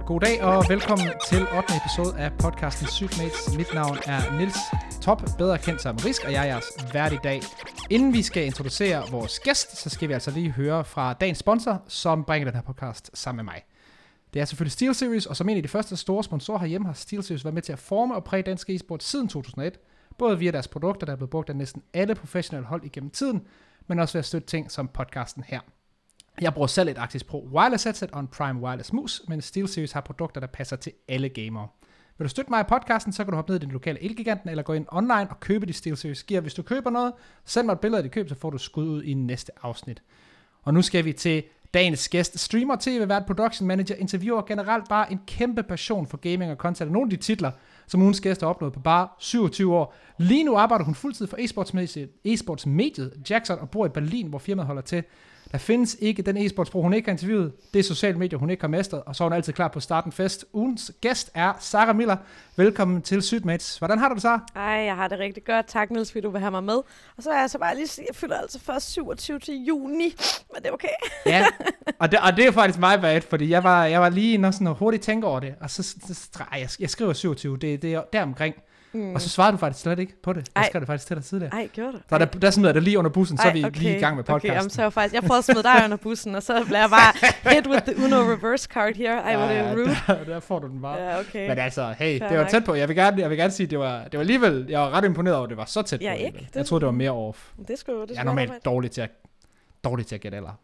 God dag og velkommen til 8. episode af podcasten Sygt-Mates. Mit navn er Niels Top, bedre kendt som Risk, og jeg er jeres vært i dag. Inden vi skal introducere vores gæst, så skal vi altså lige høre fra dagens sponsor, som bringer den her podcast sammen med mig. Det er selvfølgelig SteelSeries, og som en af de første store sponsorer herhjemme har SteelSeries været med til at forme og præge dansk e-sport siden 2001. Både via deres produkter, der er blevet brugt af næsten alle professionelle hold igennem tiden, men også ved at støtte ting som podcasten her. Jeg bruger selv et Arctis Pro Wireless headset og en Prime Wireless mus, men SteelSeries har produkter, der passer til alle gamere. Vil du støtte mig i podcasten, så kan du hoppe ned i den lokale Elgiganten, eller gå ind online og købe de SteelSeries gear. Hvis du køber noget, send mig et billede af dit køb, så får du skud ud i næste afsnit. Og nu skal vi til dagens gæst, streamer, tv-vært, production manager, interviewer og generelt bare en kæmpe passion for gaming og content. Nogle af de titler, som ugens gæst har opnået på bare 27 år. Lige nu arbejder hun fuldtid for e-sportsmediet Jackson og bor i Berlin, hvor firmaet holder til. Der findes ikke den e-sportsbro, hun ikke har interviewet. Det er sociale medier, hun ikke har mestret, og så er hun altid klar på at starte en fest. Ugens gæst er Sara Miller. Velkommen til Sygt-Mates. Hvordan har du det, Sara? Ej, jeg har det rigtig godt. Tak, Niels, fordi du vil have mig med. Og så er jeg så bare lige sige, jeg fylder altså først 27 til juni, men det er okay. Ja, og det er faktisk meget bad, fordi jeg var lige når sådan hurtigt tænker over det, og jeg skriver 27, det er deromkring. Og så svarede du faktisk slet ikke på det. Jeg skrev det faktisk til dig tidligere. Ej, gjorde du? Så der smider jeg det lige under bussen, så er vi lige i gang med podcasten. Okay, så faktisk, jeg prøvede at smide dig under bussen, og så bliver jeg bare hit with the Uno reverse card here. Ej, hvor det er rude. Der får du den bare. Ja, okay. Men altså, hey, det var tæt på. Jeg vil gerne sige, det var alligevel, jeg var ret imponeret over, at det var så tæt på. Ikke? Jeg troede, det var mere off. Det skulle jeg er normalt dårlig til at gætte alder.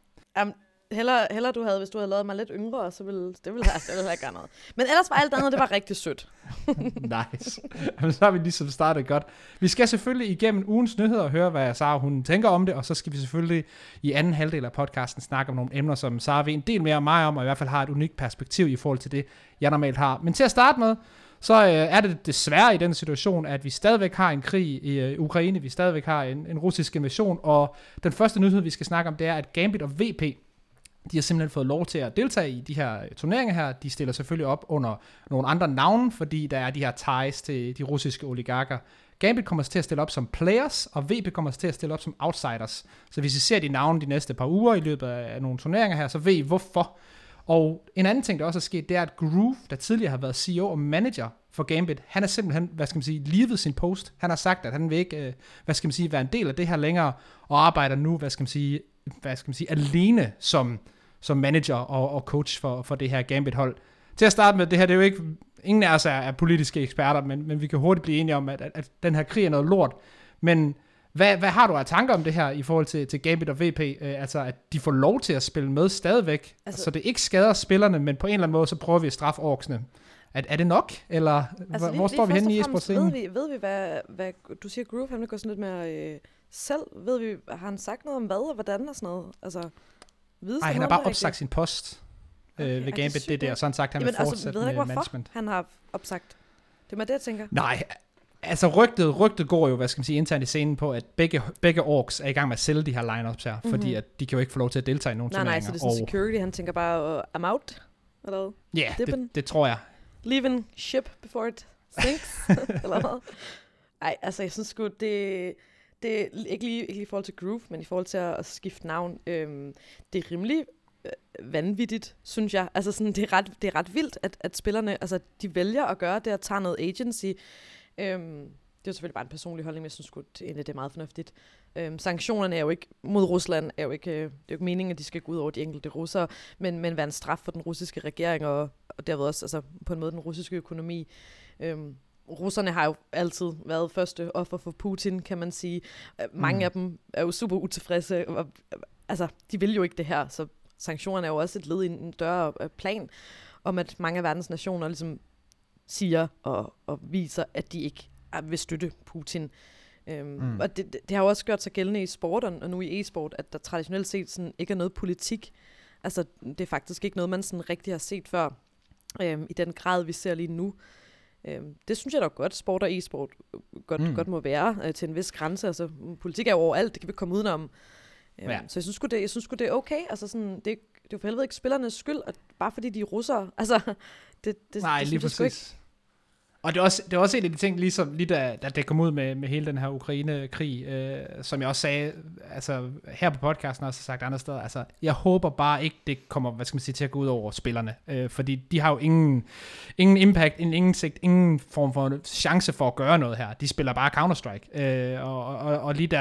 Hellere du havde, hvis du havde lavet mig lidt yngre, så ville det ville ikke gøre noget. Men ellers var alt andet, det var rigtig sødt. Nice. Jamen, så har vi ligesom startet godt. Vi skal selvfølgelig igennem ugens nyheder og høre, hvad Sara hun tænker om det, og så skal vi selvfølgelig i anden halvdel af podcasten snakke om nogle emner, som Sara ved en del mere om mig om, og i hvert fald har et unikt perspektiv i forhold til det, jeg normalt har. Men til at starte med, så er det desværre i den situation, at vi stadigvæk har en krig i Ukraine, vi stadigvæk har en russisk invasion, og den første nyhed, vi skal snakke om, det er, at Gambit og VP, de har simpelthen fået lov til at deltage i de her turneringer her. De stiller selvfølgelig op under nogle andre navne, fordi der er de her ties til de russiske oligarker. Gambit kommer til at stille op som players, og VP kommer til at stille op som outsiders. Så hvis I ser de navne de næste par uger i løbet af nogle turneringer her, så ved I hvorfor. Og en anden ting, der også er sket, det er, at Groove, der tidligere har været CEO og manager for Gambit, han er simpelthen, levet sin post. Han har sagt, at han vil ikke, være en del af det her længere, og arbejder nu, alene som manager og coach for det her Gambit-hold. Til at starte med, det her, det er jo ikke, ingen af os er politiske eksperter, men vi kan hurtigt blive enige om, at den her krig er noget lort. Men hvad har du af tanker om det her i forhold til Gambit og VP? Altså, at de får lov til at spille med stadigvæk, så det ikke skader spillerne, men på en eller anden måde, så prøver vi at straffe orksene. Er det nok, eller hvor står vi henne i e-sportscenen? Ved vi hvad du siger, Groove, han vil gå sådan lidt mere selv. Ved vi, har han sagt noget om hvad og hvordan og sådan noget? Altså, nej, han har bare opsagt sin post ved Gambit, det der, og sådan sagt, han vil fortsætte med management. Han har opsagt. Det er med det, jeg tænker. Nej, altså rygtet går jo, internt i scenen på, at begge orks er i gang med at sælge de her lineups her, fordi at de kan jo ikke få lov til at deltage i nogle turneringer. Nej, så det er sådan security, han tænker bare, I'm out, eller? Ja, det tror jeg. Leaving ship before it sinks, eller hvad? Ej, altså jeg synes sgu, det er ikke lige i forhold til Groove, men i forhold til at skifte navn. Det er rimelig vanvittigt, synes jeg. Altså sådan, det er ret vildt, at spillerne, altså de vælger at gøre det og tager noget agency. Det er jo selvfølgelig bare en personlig holdning, men jeg synes sgu, det er meget fornuftigt. Sanktionerne er jo ikke mod Rusland, det er jo ikke meningen, at de skal gå ud over de enkelte russere, men være en straf for den russiske regering, og derved også altså, på en måde den russiske økonomi. Russerne har jo altid været første offer for Putin, kan man sige. Mange af dem er jo super utilfredse. Og, altså, de vil jo ikke det her, så sanktionerne er jo også et led i en større plan, om at mange af verdens nationer ligesom siger og viser, at de ikke vil støtte Putin. Og det har jo også gjort sig gældende i sport, og nu i e-sport, at der traditionelt set sådan ikke er noget politik. Altså, det er faktisk ikke noget, man sådan rigtig har set før, i den grad, vi ser lige nu. Det synes jeg da godt, sport og e-sport godt må være til en vis grænse. Altså, politik er jo overalt, det kan vi komme udenom. Så jeg synes sgu det er okay. Altså, sådan, det er jo for helvede ikke spillernes skyld, at bare fordi de er russere. Altså, nej, det lige præcis. Og det er også en af de ting, ligesom lige da det kom ud med hele den her Ukraine-krig, som jeg også sagde, altså her på podcasten også sagt andre steder, altså jeg håber bare ikke, det kommer, til at gå ud over spillerne, fordi de har jo ingen impact, ingen indsigt, ingen form for chance for at gøre noget her. De spiller bare Counter-Strike, og lige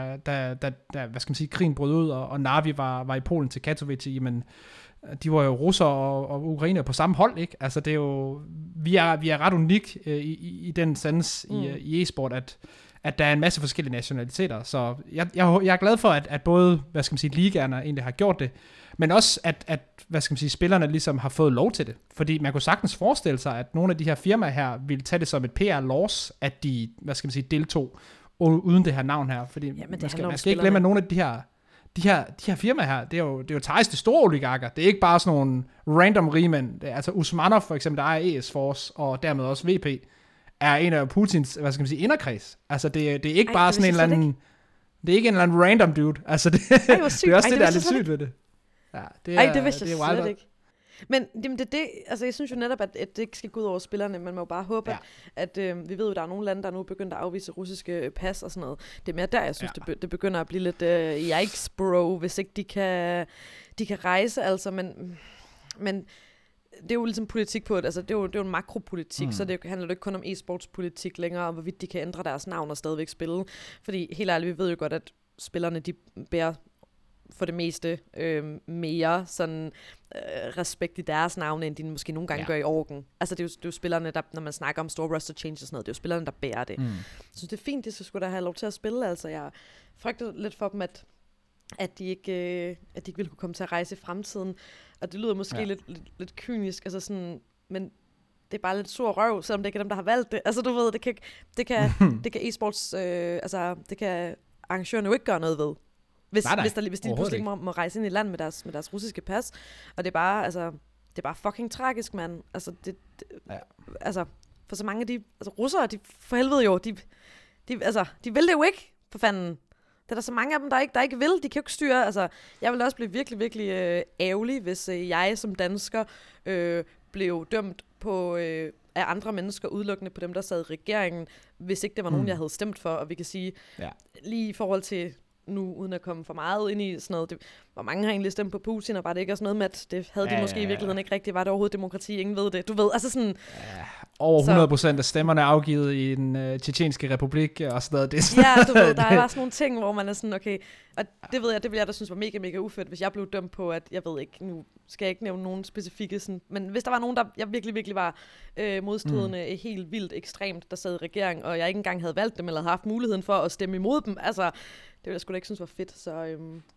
da krigen brød ud, og Navi var i Polen til Katowice, jamen de var jo russere og ukrainer på samme hold, ikke? Altså det er jo, vi er ret unik i den sans i e-sport, at der er en masse forskellige nationaliteter, så jeg er glad for, at både, ligaerne egentlig har gjort det, men også, at spillerne ligesom har fået lov til det, fordi man kunne sagtens forestille sig, at nogle af de her firmaer her ville tage det som et PR-loss, at de, deltog uden det her navn her, fordi man skal ikke glemme, at nogle af de her firmaer her, det er jo Thais de store oligarker. Det er ikke bare sådan nogle random rigmænd. Altså Usmanov for eksempel, der ejer ES-Force, og dermed også VP, er en af Putins, inderkreds. Altså det er ikke bare sådan en eller anden... Det er ikke en eller anden random dude. Altså det er også det, der er lidt sygt ved det. Ja, det vidste jeg slet ikke. Men det, altså jeg synes jo netop, at det ikke skal gå ud over spillerne, man må jo bare håbe, at vi ved jo, der er nogle lande, der nu er begyndt at afvise russiske pas og sådan noget. Det er mere der, jeg synes, det begynder at blive lidt yikes bro, hvis ikke de kan rejse, altså, men det er jo ligesom politik på det, altså det er jo en makropolitik, så det handler jo ikke kun om e-sportspolitik længere, og hvorvidt de kan ændre deres navn og stadigvæk spille, fordi helt ærligt, vi ved jo godt, at spillerne, de bærer for det meste mere sådan respekt i deres navne, end de måske nogle gange gør i orken. Altså det er jo spillerne, der, når man snakker om store roster changes og sådan noget, det er jo spillerne, der bærer det. Så det er fint, det skulle da have lov til at spille, altså jeg frygter lidt for dem, at de ikke vil kunne komme til at rejse i fremtiden, og det lyder måske lidt kynisk, altså sådan, men det er bare lidt sur røv, selvom det ikke er dem, der har valgt det. Altså du ved, det kan e-sports, altså det kan arrangørerne jo ikke gøre noget ved. Hvis de pludselig må rejse ind i land med deres russiske pas, og det er bare fucking tragisk, mand. Altså altså for så mange af de russere, de for helvede jo, de vil det jo ikke, for fanden. Det er der så mange af dem, der ikke vil. De kan jo ikke styre. Altså, jeg ville også blive virkelig, virkelig ærgerlig, hvis jeg som dansker blev dømt på af andre mennesker, udelukkende på dem, der sad i regeringen, hvis ikke det var nogen, jeg havde stemt for. Og vi kan sige, lige i forhold til nu, uden at komme for meget ind i sådan noget, hvor mange har egentlig stemt på Putin, og var det ikke også noget med, at det havde de måske i virkeligheden ikke rigtigt, var det overhovedet demokrati, ingen ved det, du ved, altså sådan... Over 100% af stemmerne er afgivet i den tjetjenske republik, og sådan noget. Det, du ved, der er bare sådan nogle ting, hvor man er sådan, okay, og det ved jeg, det ville jeg da synes var mega, mega ufedt, hvis jeg blev dømt på, at jeg ved ikke, nu skal jeg ikke nævne nogen specifikke, sådan, men hvis der var nogen, der jeg virkelig, virkelig var modstridende, helt vildt ekstremt, der sad i regering, og jeg ikke engang havde valgt dem, eller havde haft muligheden for at stemme imod dem, altså, det ville jeg sgu da ikke synes var fedt, så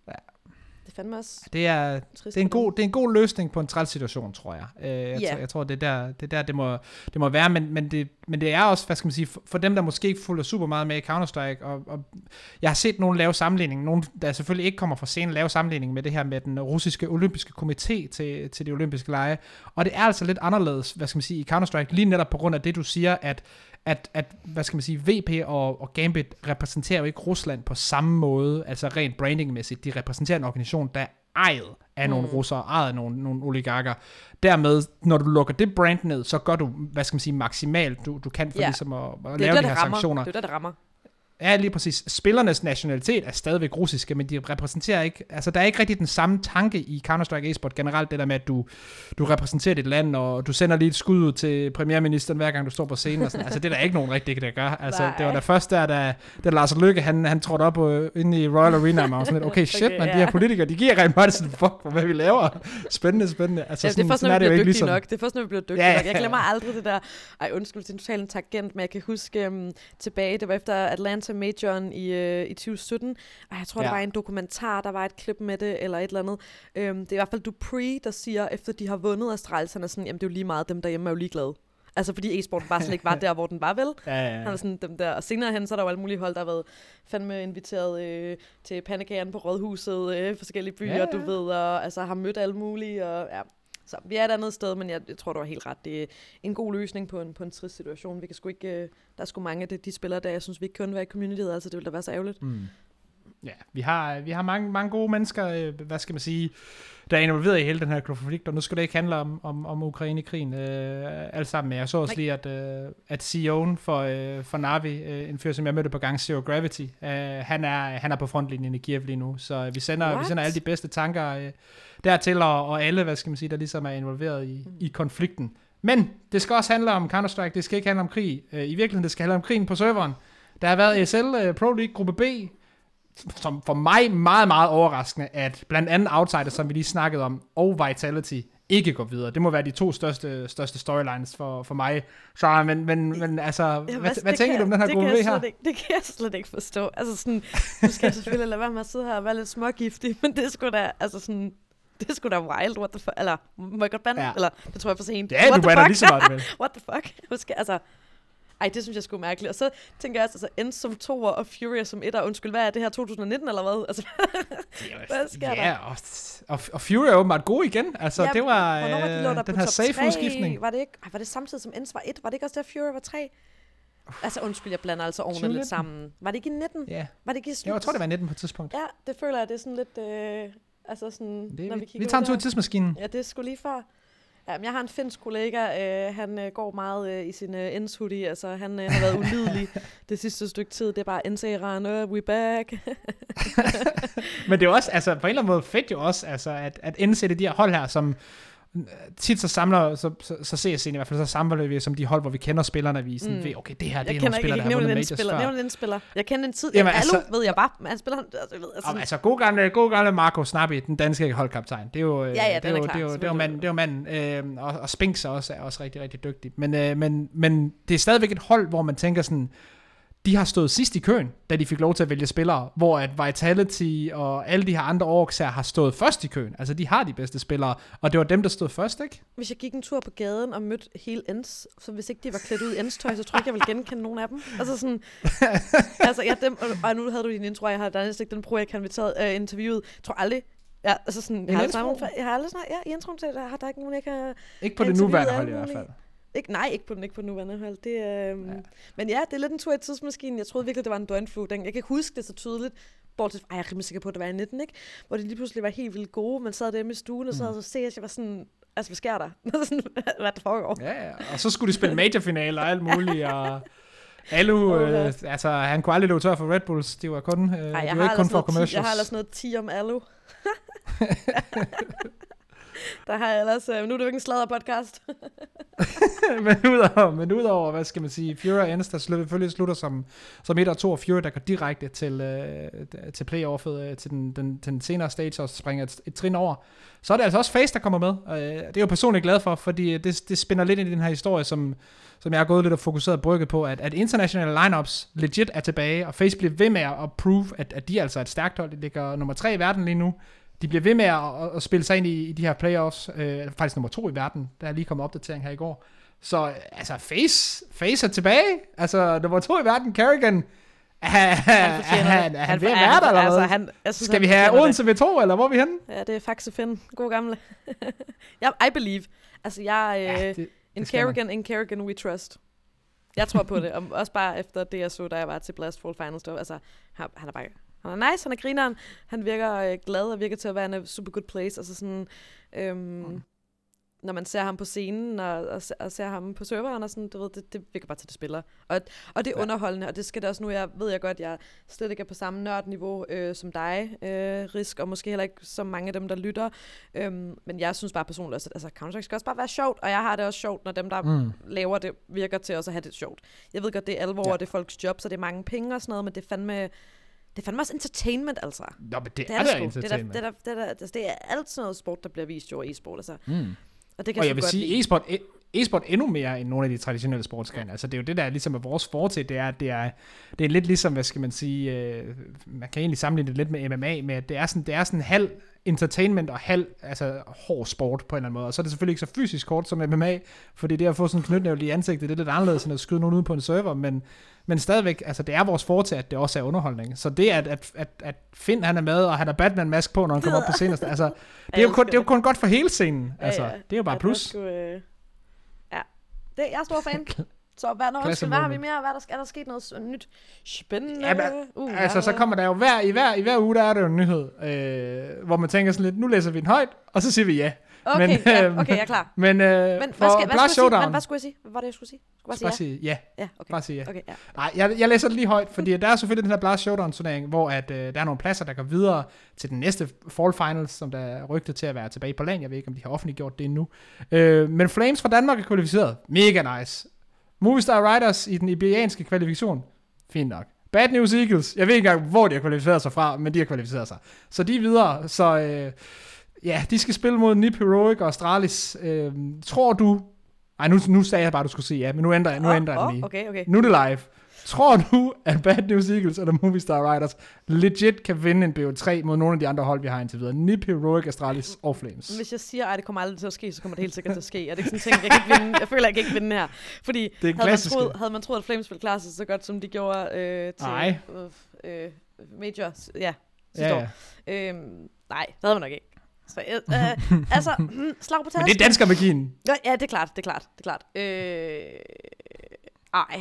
det fandme også det er en god løsning på en træls situation, tror jeg. Jeg tror, det er der det må være, men det er også, hvad skal man sige, for dem, der måske ikke følger super meget med i Counter-Strike, og jeg har set nogen lave sammenligning, nogen, der selvfølgelig ikke kommer fra scenen, lave sammenligning med det her med den russiske olympiske komité til de olympiske lege, og det er altså lidt anderledes, hvad skal man sige, i Counter-Strike, lige netop på grund af det, du siger, at hvad skal man sige, VP og Gambit repræsenterer jo ikke Rusland på samme måde, altså rent brandingmæssigt. De repræsenterer en organisation, der er ejet af nogle russere, ejet af nogle oligarker. Dermed, når du lukker det brand ned, så gør du, hvad skal man sige, maksimalt, du kan for ligesom at lave de her sanktioner. Det er der rammer. Ja, lige præcis. Spillernes nationalitet er stadigvæk russiske, men de repræsenterer ikke, altså der er ikke rigtig den samme tanke i Counter-Strike eSport generelt, det der med, at du repræsenterer dit land, og du sender lige et skud ud til premierministeren, hver gang du står på scenen, og sådan. Altså det er der ikke nogen rigtig, der gør. Altså det var da først da Lars Løkke, han trådte op inde i Royal Arena, og man var sådan lidt, okay, shit, man, de her politikere, de giver rent meget sådan, fuck, hvad vi laver. Spændende. Altså, det er først, når vi bliver dygtige nok. Det er først, når vi bliver dygtige nok. Jeg glemmer aldrig det der, undskyld, det er totalt en tangent, men jeg kan huske tilbage, det var efter Atlanta Majoren i 2017. Jeg tror, der var en dokumentar, der var et klip med det, eller et eller andet. Det er i hvert fald Dupree, der siger, efter de har vundet Astralis, han er sådan, jamen det er jo lige meget, dem derhjemme er jo ligeglade. Altså fordi e-sporten bare slet ikke var der, hvor den var, vel? Han er sådan dem der. Og senere hen, så er der jo alle mulige hold, der har været fandme inviteret til pandekagen på Rådhuset, forskellige byer, du ved, og altså har mødt alle mulige, og ja. Så vi er et andet sted, men jeg tror, du har helt ret. Det er en god løsning på en trist situation. Vi kan sgu ikke, der er sgu mange af de spillere, der jeg synes, vi ikke kan være i communityet, altså det ville da være så ærgerligt. Ja, vi har mange gode mennesker, hvad skal man sige, der er involveret i hele den her konflikt, og nu skal det ikke handle om Ukraine-krigen alt sammen. Men jeg så også lige, at CEO'en for Na'Vi, en fyr, som jeg mødte på gang, Zero Gravity, han er på frontlinjen i Kiev lige nu, så vi sender alle de bedste tanker dertil, og alle, hvad skal man sige, der ligesom er involveret i konflikten. Men det skal også handle om Counter-Strike, det skal ikke handle om krig. I virkeligheden, det skal handle om krigen på serveren. Der har været ESL Pro League gruppe B, som for mig meget, meget overraskende, at blandt andet Outsiders, som vi lige snakkede om, og Vitality ikke går videre. Det må være de to største storylines for mig. Så, men altså, hvad tænker du om den her gruppe her? Det kan jeg slet ikke forstå. Altså sådan, du skal selvfølgelig lade være med at sidde her og være lidt smågiftig, men det er sgu da, altså sådan, det er sgu da wild, what the fuck, eller må jeg godt bande? Ja. Eller, det tror jeg for sent. Ja, du bander lige så meget med. What the fuck? Altså, ej, det synes jeg sgu mærkeligt. Og så tænker jeg også, altså, Ends som 2'er og Fury som 1'er. Undskyld, hvad er det her, 2019 eller hvad? Altså, hvad sker der? Ja, og Fury er åbenbart god igen. Altså, ja, det var den her safe-udskiftning. Var det ikke? Var det samtidig som Ends var 1? Var det ikke også der Fury var 3? Altså, undskyld, jeg blander altså ovnen lidt sammen. Var det ikke i 19? Ja. Var det ikke i slut? Jo, jeg tror, det var i 19 på et tidspunkt. Ja, det føler jeg, det er sådan lidt... altså sådan, det, når vi tager en tur i tidsmaskinen. Ja, det er sgu lige før. Ja, jeg har en finsk kollega, han går meget i sin Ends hoodie, altså han har været ulidelig det sidste stykke tid. Det er bare NC-rende, we back. Men det er også, altså på en eller anden måde fedt jo også, altså at NC det de her hold her, som tit så samler, så CSC'en i hvert fald, så samler vi som de hold, hvor vi kender spillerne, vi sådan ved, okay, det her, det er nogle spillere, der har vundet majors før. Nævn en spiller. Jeg kender en tid, Alu altså, ved jeg bare, men han spiller, altså god gamle Marco Snappy, den danske holdkaptajn, det er jo, det er jo manden, og Spinks er også rigtig, rigtig dygtig, men det er stadigvæk et hold, hvor man tænker sådan, de har stået sidst i køen, da de fik lov til at vælge spillere, hvor at Vitality og alle de her andre orks her har stået først i køen. Altså, de har de bedste spillere, og det var dem, der stod først, ikke? Hvis jeg gik en tur på gaden og mødte hele Ends, så hvis ikke de var klædt ud i Ends-tøj, så tror jeg ikke, jeg ville genkende nogen af dem. Altså sådan... altså, ja, dem... Og nu havde du din intro, jeg har der næsten ikke den pro, jeg kan inviteret interviewet. Jeg tror aldrig... Ja, altså sådan... Jeg har aldrig snart... Ja, i introen til, har der ikke nogen, jeg kan... Ikke på det nuværende hold i hvert fald. Ikke på nuværende hold. Men ja, det er lidt en tur i tidsmaskinen. Jeg troede virkelig, det var en døgnflue. Jeg kan huske det så tydeligt. Bortset, jeg er rimelig sikker på, at det var i 19, ikke? Hvor det lige pludselig var helt vildt gode. Man sad derhjemme i stuen, og så ses. Jeg var sådan, altså hvad sker der? Hvad der foregår? Ja, og så skulle de spille majorfinaler og alt muligt, og Alu, altså han kunne aldrig løbe tør for Red Bulls. Det var kun, det var ikke kun for commercials. Jeg har ellers noget 10 om Alu. Der har jeg ellers... nu er det jo ikke en sladder-podcast. men udover, hvad skal man sige, Fury og Ends, der selvfølgelig slutter som 1 og 2, og Fury, der går direkte til playoffet, til den senere stage, og springer et trin over. Så er det altså også FaZe, der kommer med. Det er jeg personligt glad for, fordi det spænder lidt ind i den her historie, som jeg har gået lidt og fokuseret brygget på, at internationale lineups legit er tilbage, og FaZe bliver ved med at prove, at de altså er et stærkt hold. De ligger nummer 3 i verden lige nu. De bliver ved med at spille sig ind i de her playoffs. Faktisk nummer 2 i verden. Der er lige kommet opdatering her i går. Så altså, FaZe er tilbage. Altså, nummer 2 i verden, Karrigan. Er han ved at være der, eller hvad? Skal vi have Odense V2, eller hvor er vi henne? Ja, det er faktisk Finn. God gamle. I believe. Altså, in Karrigan we trust. Jeg tror på det. Og også bare efter det, jeg så, da jeg var til Blastfall Finals. Altså, han er bare... Han er nice, han er grineren, han virker glad og virker til at være en super good place. Altså sådan, når man ser ham på scenen og ser ham på serveren og sådan, du ved, det virker bare til, det spiller. Og det er underholdende, og det skal det også nu. Jeg ved godt, jeg slet ikke er på samme nørdniveau som dig, Risk, og måske heller ikke så mange af dem, der lytter. Men jeg synes bare personligt, at altså, Counter-Strike skal også bare være sjovt, og jeg har det også sjovt, når dem, der laver det, virker til også at have det sjovt. Jeg ved godt, det er alvor, og det er folks job, så det er mange penge og sådan noget, men det er fandme også entertainment, altså. Nå, men det er der entertainment. Det er alt sådan noget sport, der bliver vist jo i e-sport, altså. Og jeg vil sige, e-sport endnu mere end nogle af de traditionelle sportsgrene. Altså, det er jo det, der ligesom er vores forte, det er lidt ligesom, hvad skal man sige, man kan egentlig sammenligne det lidt med MMA, med at det er sådan halv entertainment og halv altså hård sport på en eller anden måde. Og så er det selvfølgelig ikke så fysisk kort som MMA, fordi det at få sådan en knytnævle i ansigtet, det er lidt anderledes end at skyde nogen ud på en server, men stadigvæk, altså det er vores forte, at det også er underholdning. Så det, at Finn han er med, og han har Batman-mask på, når han kommer op på scenen, altså, det er jo kun godt for hele scenen. Altså, det er jo bare plus. Jeg er stor fan. Så hvad har vi mere? Er der sket noget nyt spændende? Altså, så kommer der jo i hver uge, der er der jo en nyhed, hvor man tænker sådan lidt, nu læser vi den højt, og så siger vi ja. Okay, men, jeg er klar. Men for Blast Showdown... Hvad skulle jeg sige? Hvad var det, jeg skulle sige? Bare sige ja. Ja, okay. Bare sige ja. Okay, ja. Nej, jeg læser det lige højt, fordi der er selvfølgelig den her Blast Showdown-turnering, hvor at, der er nogle pladser, der går videre til den næste Fall Finals, som der er rygtet til at være tilbage på land. Jeg ved ikke, om de har offentliggjort det endnu. Men Flames fra Danmark er kvalificeret. Mega nice. Movistar Riders i den iberianske kvalifikation. Fint nok. Bad News Eagles. Jeg ved ikke engang, hvor de har kvalificeret sig fra, men de har kvalificeret sig. Så de er videre. Så ja, de skal spille mod Nip Heroic og Astralis. Tror du... Ej, nu sagde jeg bare, du skulle sige ja, men nu ændrer jeg den lige. Okay. Nu er det live. Tror du, at Bad News Eagles eller Movistar Riders legit kan vinde en BO3 mod nogle af de andre hold, vi har indtil videre? Nip, Heroic, Astralis og Flames. Hvis jeg siger, at det kommer aldrig til at ske, så kommer det helt sikkert til at ske. Er det ikke sådan en ting, jeg kan ikke vinde? Jeg føler, jeg kan ikke vinde her. Fordi havde man troet, at Flames ville klare sig så godt, som de gjorde til Major sidste år. Nej, det havde man nok ikke. Så, altså, slag på tasken. Men det er danskermagien. Ja, det er klart. Ej.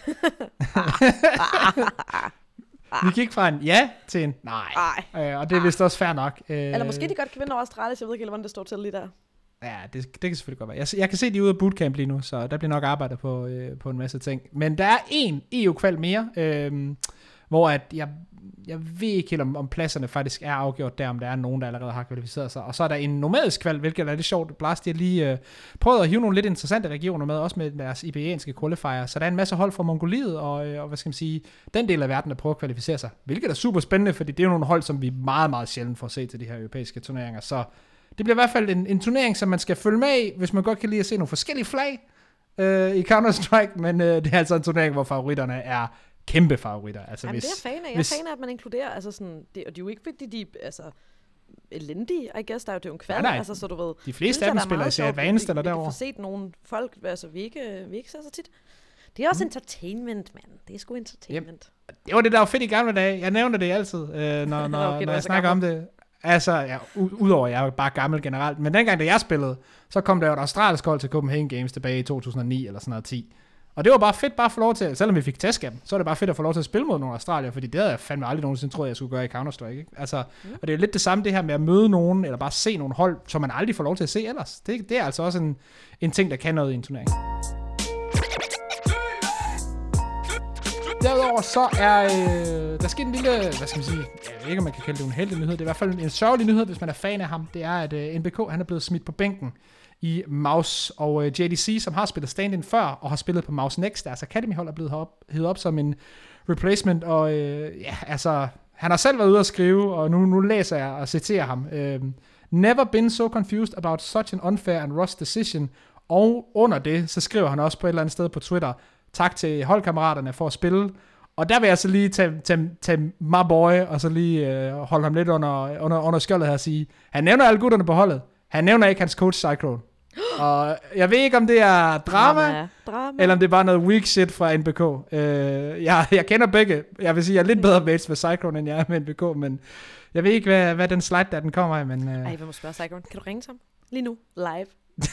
Vi gik fra en ja til en nej. Og det er vist også fair nok. Eller måske de godt kan vinde over Astralis. Jeg ved ikke helt, hvordan det står til lige der. Ja, det kan selvfølgelig godt være. Jeg kan se, de er ude af bootcamp lige nu, så der bliver nok arbejdet på en masse ting. Men der er en EU-kval mere, hvor at jeg ved ikke helt, om pladserne faktisk er afgjort der, om der er nogen, der allerede har kvalificeret sig. Og så er der en nomadisk kval, hvilket er lidt sjovt. Blast, de har lige prøvet at hive nogle lidt interessante regioner med, også med deres iberianske qualifier. Så der er en masse hold fra Mongoliet og hvad skal man sige, den del af verden, der prøver at kvalificere sig. Hvilket er super spændende, fordi det er jo nogle hold, som vi meget, meget sjældent får se til de her europæiske turneringer. Så det bliver i hvert fald en turnering, som man skal følge med i, hvis man godt kan lide at se nogle forskellige flag i Counter-Strike, men det er altså en turnering, hvor favoritterne er kæmpe favoritter. Altså, jamen, det er fan af. Jeg er fan af, at man inkluderer, altså sådan, og det er jo ikke, fordi de altså elendige, I guess, der er jo en kval, altså, så du ved. De fleste af dem spiller i Advanced eller derovre. Vi får set nogle folk, altså vi ikke ser så tit. Det er også entertainment, mand. Det er sgu entertainment. Jamen, det var det, der var fedt i gamle dage. Jeg nævner det altid, når jeg snakker om det. Altså, ja, udover jeg er bare gammel generelt, men dengang, da jeg spillede, så kom der jo et australsk hold til Copenhagen Games tilbage i 2009 eller sådan noget 10. Og det var bare fedt bare at få lov til, selvom vi fik tæsk af dem, så er det bare fedt at få lov til at spille mod nogle australier, fordi det havde jeg fandme aldrig nogensinde troet, jeg skulle gøre i Counter-Strike, ikke? Altså, og det er lidt det samme det her med at møde nogen, eller bare se nogle hold, som man aldrig får lov til at se ellers. Det er altså også en ting, der kan noget i en turnering. Derudover så er der sket en lille, hvad skal man sige, jeg ved ikke, om man kan kalde det en heldig nyhed, det er i hvert fald en sørgelig nyhed, hvis man er fan af ham. Det er, at NBK, han er blevet smidt på bænken i Mouse, og JDC, som har spillet stand-in før, og har spillet på Mouse Next, deres Academy-hold er blevet hævet op som en replacement, og altså, han har selv været ude at skrive, og nu læser jeg og citerer ham. Never been so confused about such an unfair and rushed decision, og under det, så skriver han også på et eller andet sted på Twitter, tak til holdkammeraterne for at spille. Og der vil jeg så lige tage my boy, og så lige holde ham lidt under skjoldet her og sige, han nævner alle gutterne på holdet. Han nævner ikke hans coach Cyclone. Og jeg ved ikke, om det er drama. Eller om det er bare noget weak shit fra NBK. Jeg kender begge. Jeg vil sige, jeg er lidt bedre mates med Cyclone, end jeg er med NBK, men jeg ved ikke, hvad den slide der, den kommer af. Men, Ej, hvad må spørge Cyclone? Kan du ringe til ham? Lige nu, live.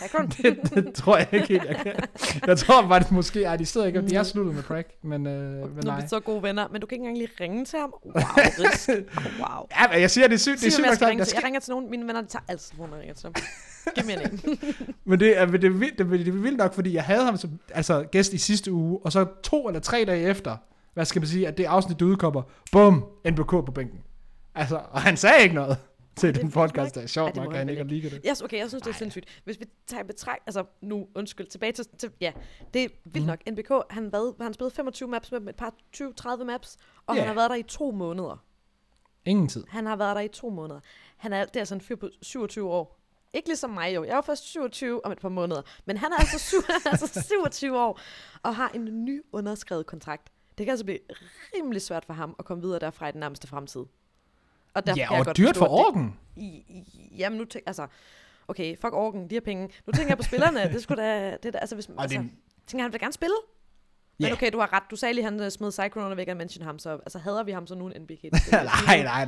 det tror jeg ikke helt, jeg kan. Jeg tror faktisk måske, at de sidder ikke, de er sluttet med Craig, men nu er vi så gode venner, men du kan ikke engang lige ringe til ham. Wow, risk. Wow. Ja, men jeg siger, det er sygt. Jeg ringer til nogen, mine venner, de tager altid telefonen og ringer til dem. Giv mig en. Men det er vildt nok, fordi jeg havde ham som gæst i sidste uge, og så 2 eller 3 dage efter, hvad skal man sige, at det afsnit udkommer, bum, NBK på bænken. Altså, og han sagde ikke noget til den podcast, der er sjovt nok, han ikke har ligget det. Yes, okay, jeg synes, det er sindssygt. Hvis vi tager altså nu, tilbage til ja, det er vildt nok. NBK, han spillet 25 maps med et par 20-30 maps, og han har været der i 2 måneder. Ingen tid. Han har været der i 2 måneder. Det er altså en fyr på 27 år. Ikke ligesom mig jo. Jeg var først 27 om et par måneder. Men han er altså 27 år, og har en ny underskrevet kontrakt. Det kan altså blive rimelig svært for ham at komme videre derfra i den nærmeste fremtid. Og og dyrt for Orken. Jamen nu okay, fuck Orken, de har penge. Nu tænker jeg på spillerne. Det skulle da, altså hvis tænker han vil gerne spille. Men okay, du har ret. Du sagde lige, han smed Cyclone under væk og mention ham, så altså, hader vi ham så nu en NBK? nej.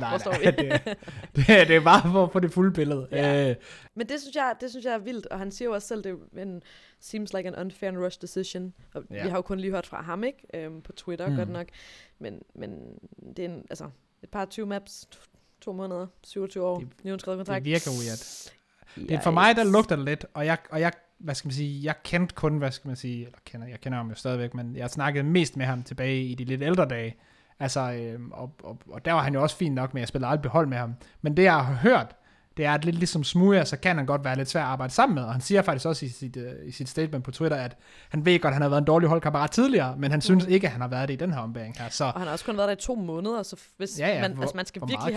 Det er bare for at få det fulde billede. Ja. Men det synes jeg er vildt, og han siger jo også selv, det seems like an unfair and rushed decision. Og vi har jo kun lige hørt fra ham, ikke? På Twitter, godt nok. Men det er altså et par 20 maps, 2 måneder, 27 år, nyudskrevet kontrakt. Det virker weird. Det for mig, der lugter det lidt, og jeg hvad skal man sige, jeg kendte kun, hvad skal man sige, eller jeg kender ham jo stadigvæk, men jeg snakkede mest med ham tilbage i de lidt ældre dage, altså, og der var han jo også fint nok, men jeg spillede aldrig hold med ham, men det jeg har hørt, det er, at lidt ligesom Smoothie, så kan han godt være lidt svær at arbejde sammen med, og han siger faktisk også i sit statement på Twitter, at han ved godt, at han har været en dårlig holdkammerat tidligere, men han synes ikke, at han har været det i den her ombæring her. Så. Og han har også kun været der i 2 måneder, så hvis man skal virkelig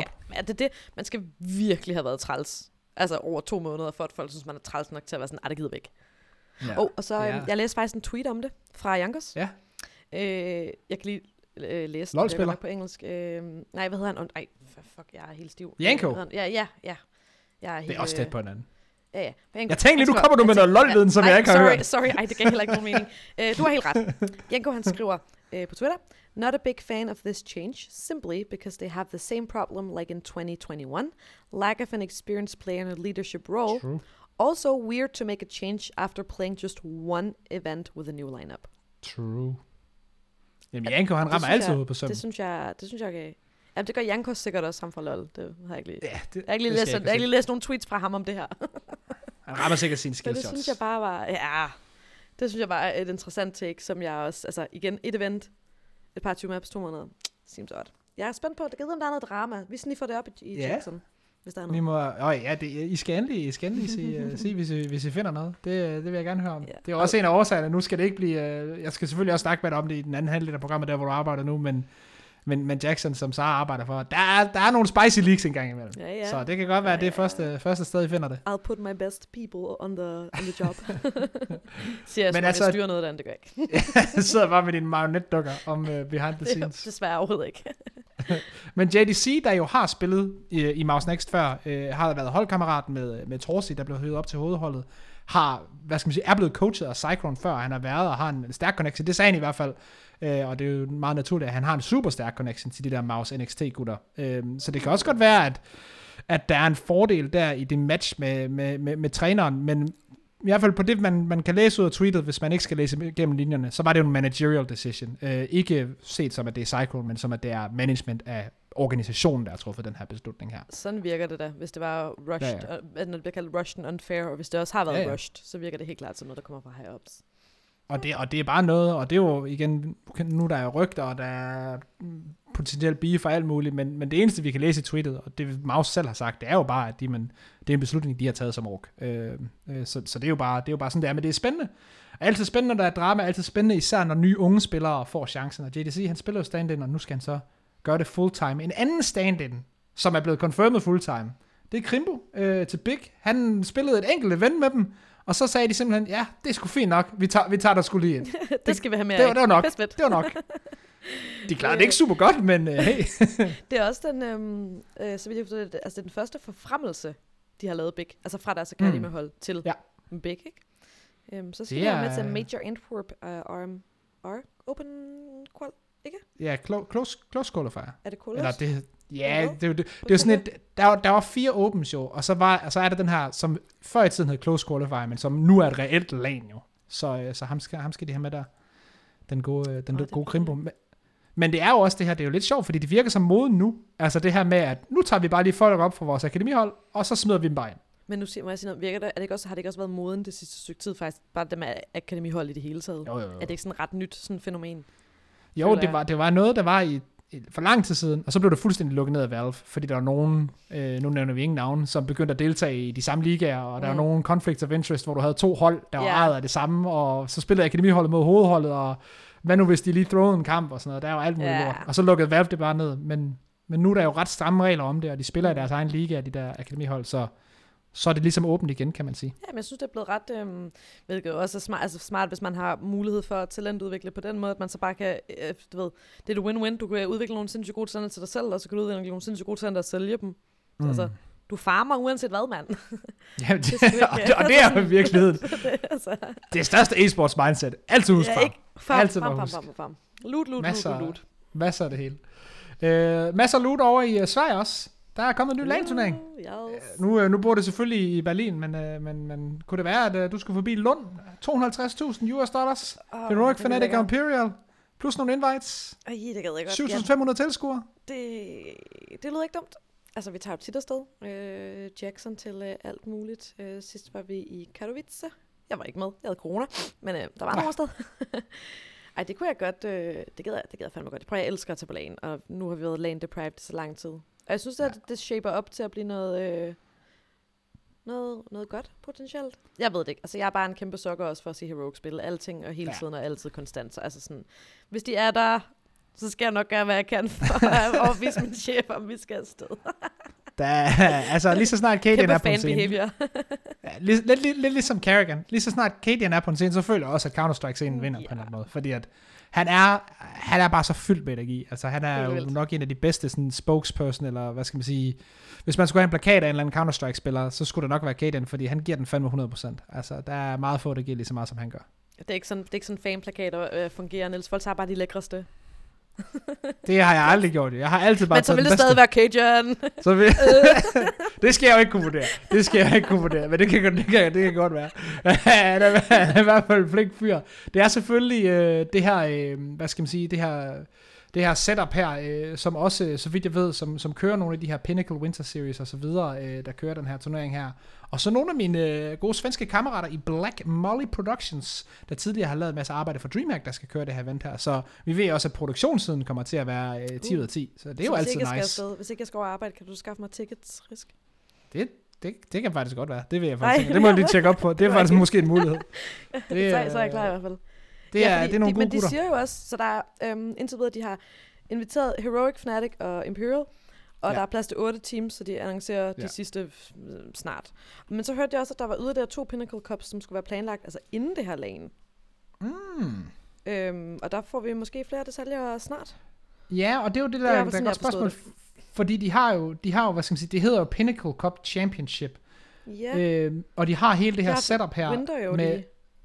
man skal virkelig have været træls. Altså over 2 måneder, for at folk synes, man er træls nok til at være sådan, det gider væk. Ja. Og så, jeg læste faktisk en tweet om det, fra Jankos. Ja. Jeg kan lige læse det på engelsk. Nej, hvad hedder han? Nej, fuck, jeg er helt stiv. Janko? Ja. Jeg er helt, det er også tæt på hinanden. Ja. Jeg tænkte lige, du kommer med noget lol-viden, som jeg ikke har hørt. Sorry, det gav heller ikke nogen mening. Du har helt ret. Janko, han skriver på Twitter, not a big fan of this change, simply because they have the same problem like in 2021, lack of an experienced player in a leadership role. True. Also weird to make a change after playing just one event with a new lineup. True. Jamen Janko, han rammer altid ud på søm. Det synes jeg kan. Jamen det gør Janko sikkert også, ham fra LOL. Det har jeg ikke lige. Ja, jeg har ikke lige læst nogle tweets fra ham om det her. Han rammer sikkert sine skillshots. Det synes jeg bare var, det synes jeg bare er et interessant take, som jeg også, altså igen, et event, et par 20 maps, 2 måneder, seems odd. Jeg er spændt på, det gider om der er noget drama. Vi sniffer det op i Jackson, hvis der er noget. I skal endelig sige, hvis I finder noget. Det vil jeg gerne høre om. Yeah. Det er også en af årsagerne. Nu skal det ikke blive, jeg skal selvfølgelig også snakke med dig om det i den anden halvdel af programmet, der hvor du arbejder nu, men Jackson, som Sara arbejder for, der er nogle spicy leaks engang imellem. Ja. Så det kan godt være, at det er første sted, I finder det. I'll put my best people on the job. Siger jeg, jeg styrer noget der, det gør ikke. Jeg sidder bare med dine marionetdukker om behind the scenes. Det er desværre overhovedet ikke. Men JDC, der jo har spillet i Mouse Next før, har været holdkammerat med Torsi, der blev høvet op til hovedholdet, er blevet coachet af Cyclone før, han har været og har en stærk connection. Det sagde han i hvert fald. Og det er jo meget naturligt, at han har en super stærk connection til de der Mouse NXT-gutter. Så det kan også godt være, at der er en fordel der i det match med træneren, men i hvert fald på det, man kan læse ud af tweetet, hvis man ikke skal læse gennem linjerne, så var det jo en managerial decision. Ikke set som, at det er Cyclone, men som, at det er management af organisationen, der har truffet den her beslutning her. Sådan virker det da, hvis det var rushed, når det bliver kaldt rushed and unfair, og hvis det også har været rushed, så virker det helt klart som noget, der kommer fra high-ups. Og det er bare noget, og det er jo igen, nu der er rygter, og der er potentielt beef for alt muligt, men det eneste, vi kan læse i tweetet, og det Mouse selv har sagt, det er jo bare, at det er en beslutning, de har taget som ork. Så det er jo bare sådan, det er, men det er spændende. Altid spændende, når der er drama, altid spændende, især når nye unge spillere får chancen, og JDC, han spiller jo stand-in, og nu skal han så gøre det full-time. En anden stand-in, som er blevet confirmed full-time, det er Krimbo til Big. Han spillede et enkelt event med dem, og så sagde de simpelthen, ja, det er sgu fint nok, vi tager dig sgu lige ind. Det skal vi have mere af. Det var nok. Det var nok. De klarede det ikke super godt, men hey. Det er også den, så vidt jeg forstår, altså det er den første forfremmelse, de har lavet Big, altså fra deres Academy-hold til Big, ikke? Så skal de være med til Major Antwerp RMR Open Qual, ikke? Ja, close qualifier. Er det close? Eller det, ja, det er sådan et, der var 4 Opens jo, og så er der den her, som før i tiden hed close qualifier, men som nu er et reelt LAN jo. Så ham skal de have med der. Den gode Krimbo. Men det er jo også det her, det er jo lidt sjovt, fordi det virker som moden nu. Altså det her med, at nu tager vi bare lige folk op fra vores akademihold, og så smider vi dem bare ind. Men nu må jeg sige noget, har det ikke også været moden det sidste stykke tid faktisk, bare det med akademihold i det hele taget? Jo. Er det ikke sådan ret nyt sådan fænomen? Jo, det var noget, der var i for lang tid siden, og så blev det fuldstændig lukket ned af Valve, fordi der var nogen, nu nævner vi ingen navn, som begyndte at deltage i de samme ligaer, og der var nogen conflicts of interest, hvor du havde 2 hold, der var ejet af det samme, og så spillede akademiholdet mod hovedholdet, og hvad nu hvis de lige throwede en kamp, og sådan noget, der var alt muligt lort. Og så lukkede Valve det bare ned, men nu er der jo ret stramme regler om det, og de spiller i deres egen liga, de der akademihold, så er det ligesom åbent igen, kan man sige. Ja, men jeg synes, det er blevet ret, hvilket også er smart, hvis man har mulighed for at talentudvikle på den måde, at man så bare kan, det er et win-win, du kan udvikle nogle sindssygt gode talenter til dig selv, og så kan du udvikle nogle sindssygt gode talenter og sælge dem. Altså, Du farmer uanset hvad, mand. Jamen, og det er jo i virkeligheden det største e-sports mindset. Altid husk farm. Loot. Masser af det hele. Masser af loot over i Sverige også. Der er kommet en ny LAN-turnering. Yes. Nu bor det selvfølgelig i Berlin, men kunne det være, at du skulle forbi Lund? $250,000. Heroic Fnatic og Imperial. Plus nogle invites. Det gad jeg godt. 7.500 tilskuere. Det lyder ikke dumt. Altså, vi tager jo tit afsted. Jackson til alt muligt. Sidst var vi i Katowice. Jeg var ikke med. Jeg havde corona. Men der var nogen afsted. Ej, det kunne jeg godt. Det gad jeg fandme godt. Jeg elsker at tage på LAN. Og nu har vi været LAN deprived så lang tid. Og jeg synes, at det shaper op til at blive noget godt, potentielt. Jeg ved det ikke. Altså, jeg er bare en kæmpe sokker også for at se Heroic spille alting, og hele tiden og altid konstant. Så altså sådan, hvis de er der, så skal jeg nok gøre, hvad jeg kan for at overvise min chef, om vi skal afsted. Altså, lige så snart Cadian er på en scene. Behavior. Lidt ligesom Karrigan. Lige så snart Cadian er på en scene, så føler jeg også, at Counter-Strike-scenen vinder på en eller anden måde. Fordi at han er bare så fyldt med energi. Altså, han er jo nok en af de bedste sådan, spokesperson, eller hvad skal man sige. Hvis man skulle have en plakat af en eller anden Counter-Strike-spiller, så skulle det nok være Cadian, fordi han giver den fandme 100%. Altså, der er meget få, der giver lige så meget, som han gør. Det er ikke sådan fanplakater fungerer, Niels. Folk tager bare de lækreste. Det har jeg aldrig gjort. Jeg har altid bare men så vil det stadig være Cajun. Det skal jeg jo ikke kunne vurdere. Men det kan godt være. Han er i hvert fald en flink fyr. Det er selvfølgelig det her, hvad skal man sige, det her setup her, som også, så vidt jeg ved, som kører nogle af de her Pinnacle Winter Series og så videre, der kører den her turnering her. Og så nogle af mine gode svenske kammerater i Black Molly Productions, der tidligere har lavet en masse arbejde for DreamHack, der skal køre det her event her. Så vi ved også, at produktionssiden kommer til at være 10 ud af 10. Så det er jo altid nice. Hvis ikke jeg skal over arbejde, kan du skaffe mig tickets, Risk? Det kan faktisk godt være. Det vil jeg faktisk tænke. Det må jeg lige tjekke op på. Det er faktisk måske en mulighed. Så er jeg klar i hvert fald. Det er nogle gode men de siger jo også, så der er indtil videre, de har inviteret Heroic, Fnatic og Imperial, og der er plads til 8 teams, så de annoncerer de sidste snart. Men så hørte jeg også, at der var ude af der 2 Pinnacle Cups, som skulle være planlagt, altså inden det her LAN. Og der får vi måske flere detaljer snart. Ja, og det er jo det der er et godt spørgsmål, fordi de har jo, hvad skal man sige, det hedder jo Pinnacle Cup Championship. Ja. Og de har hele det her setup her med...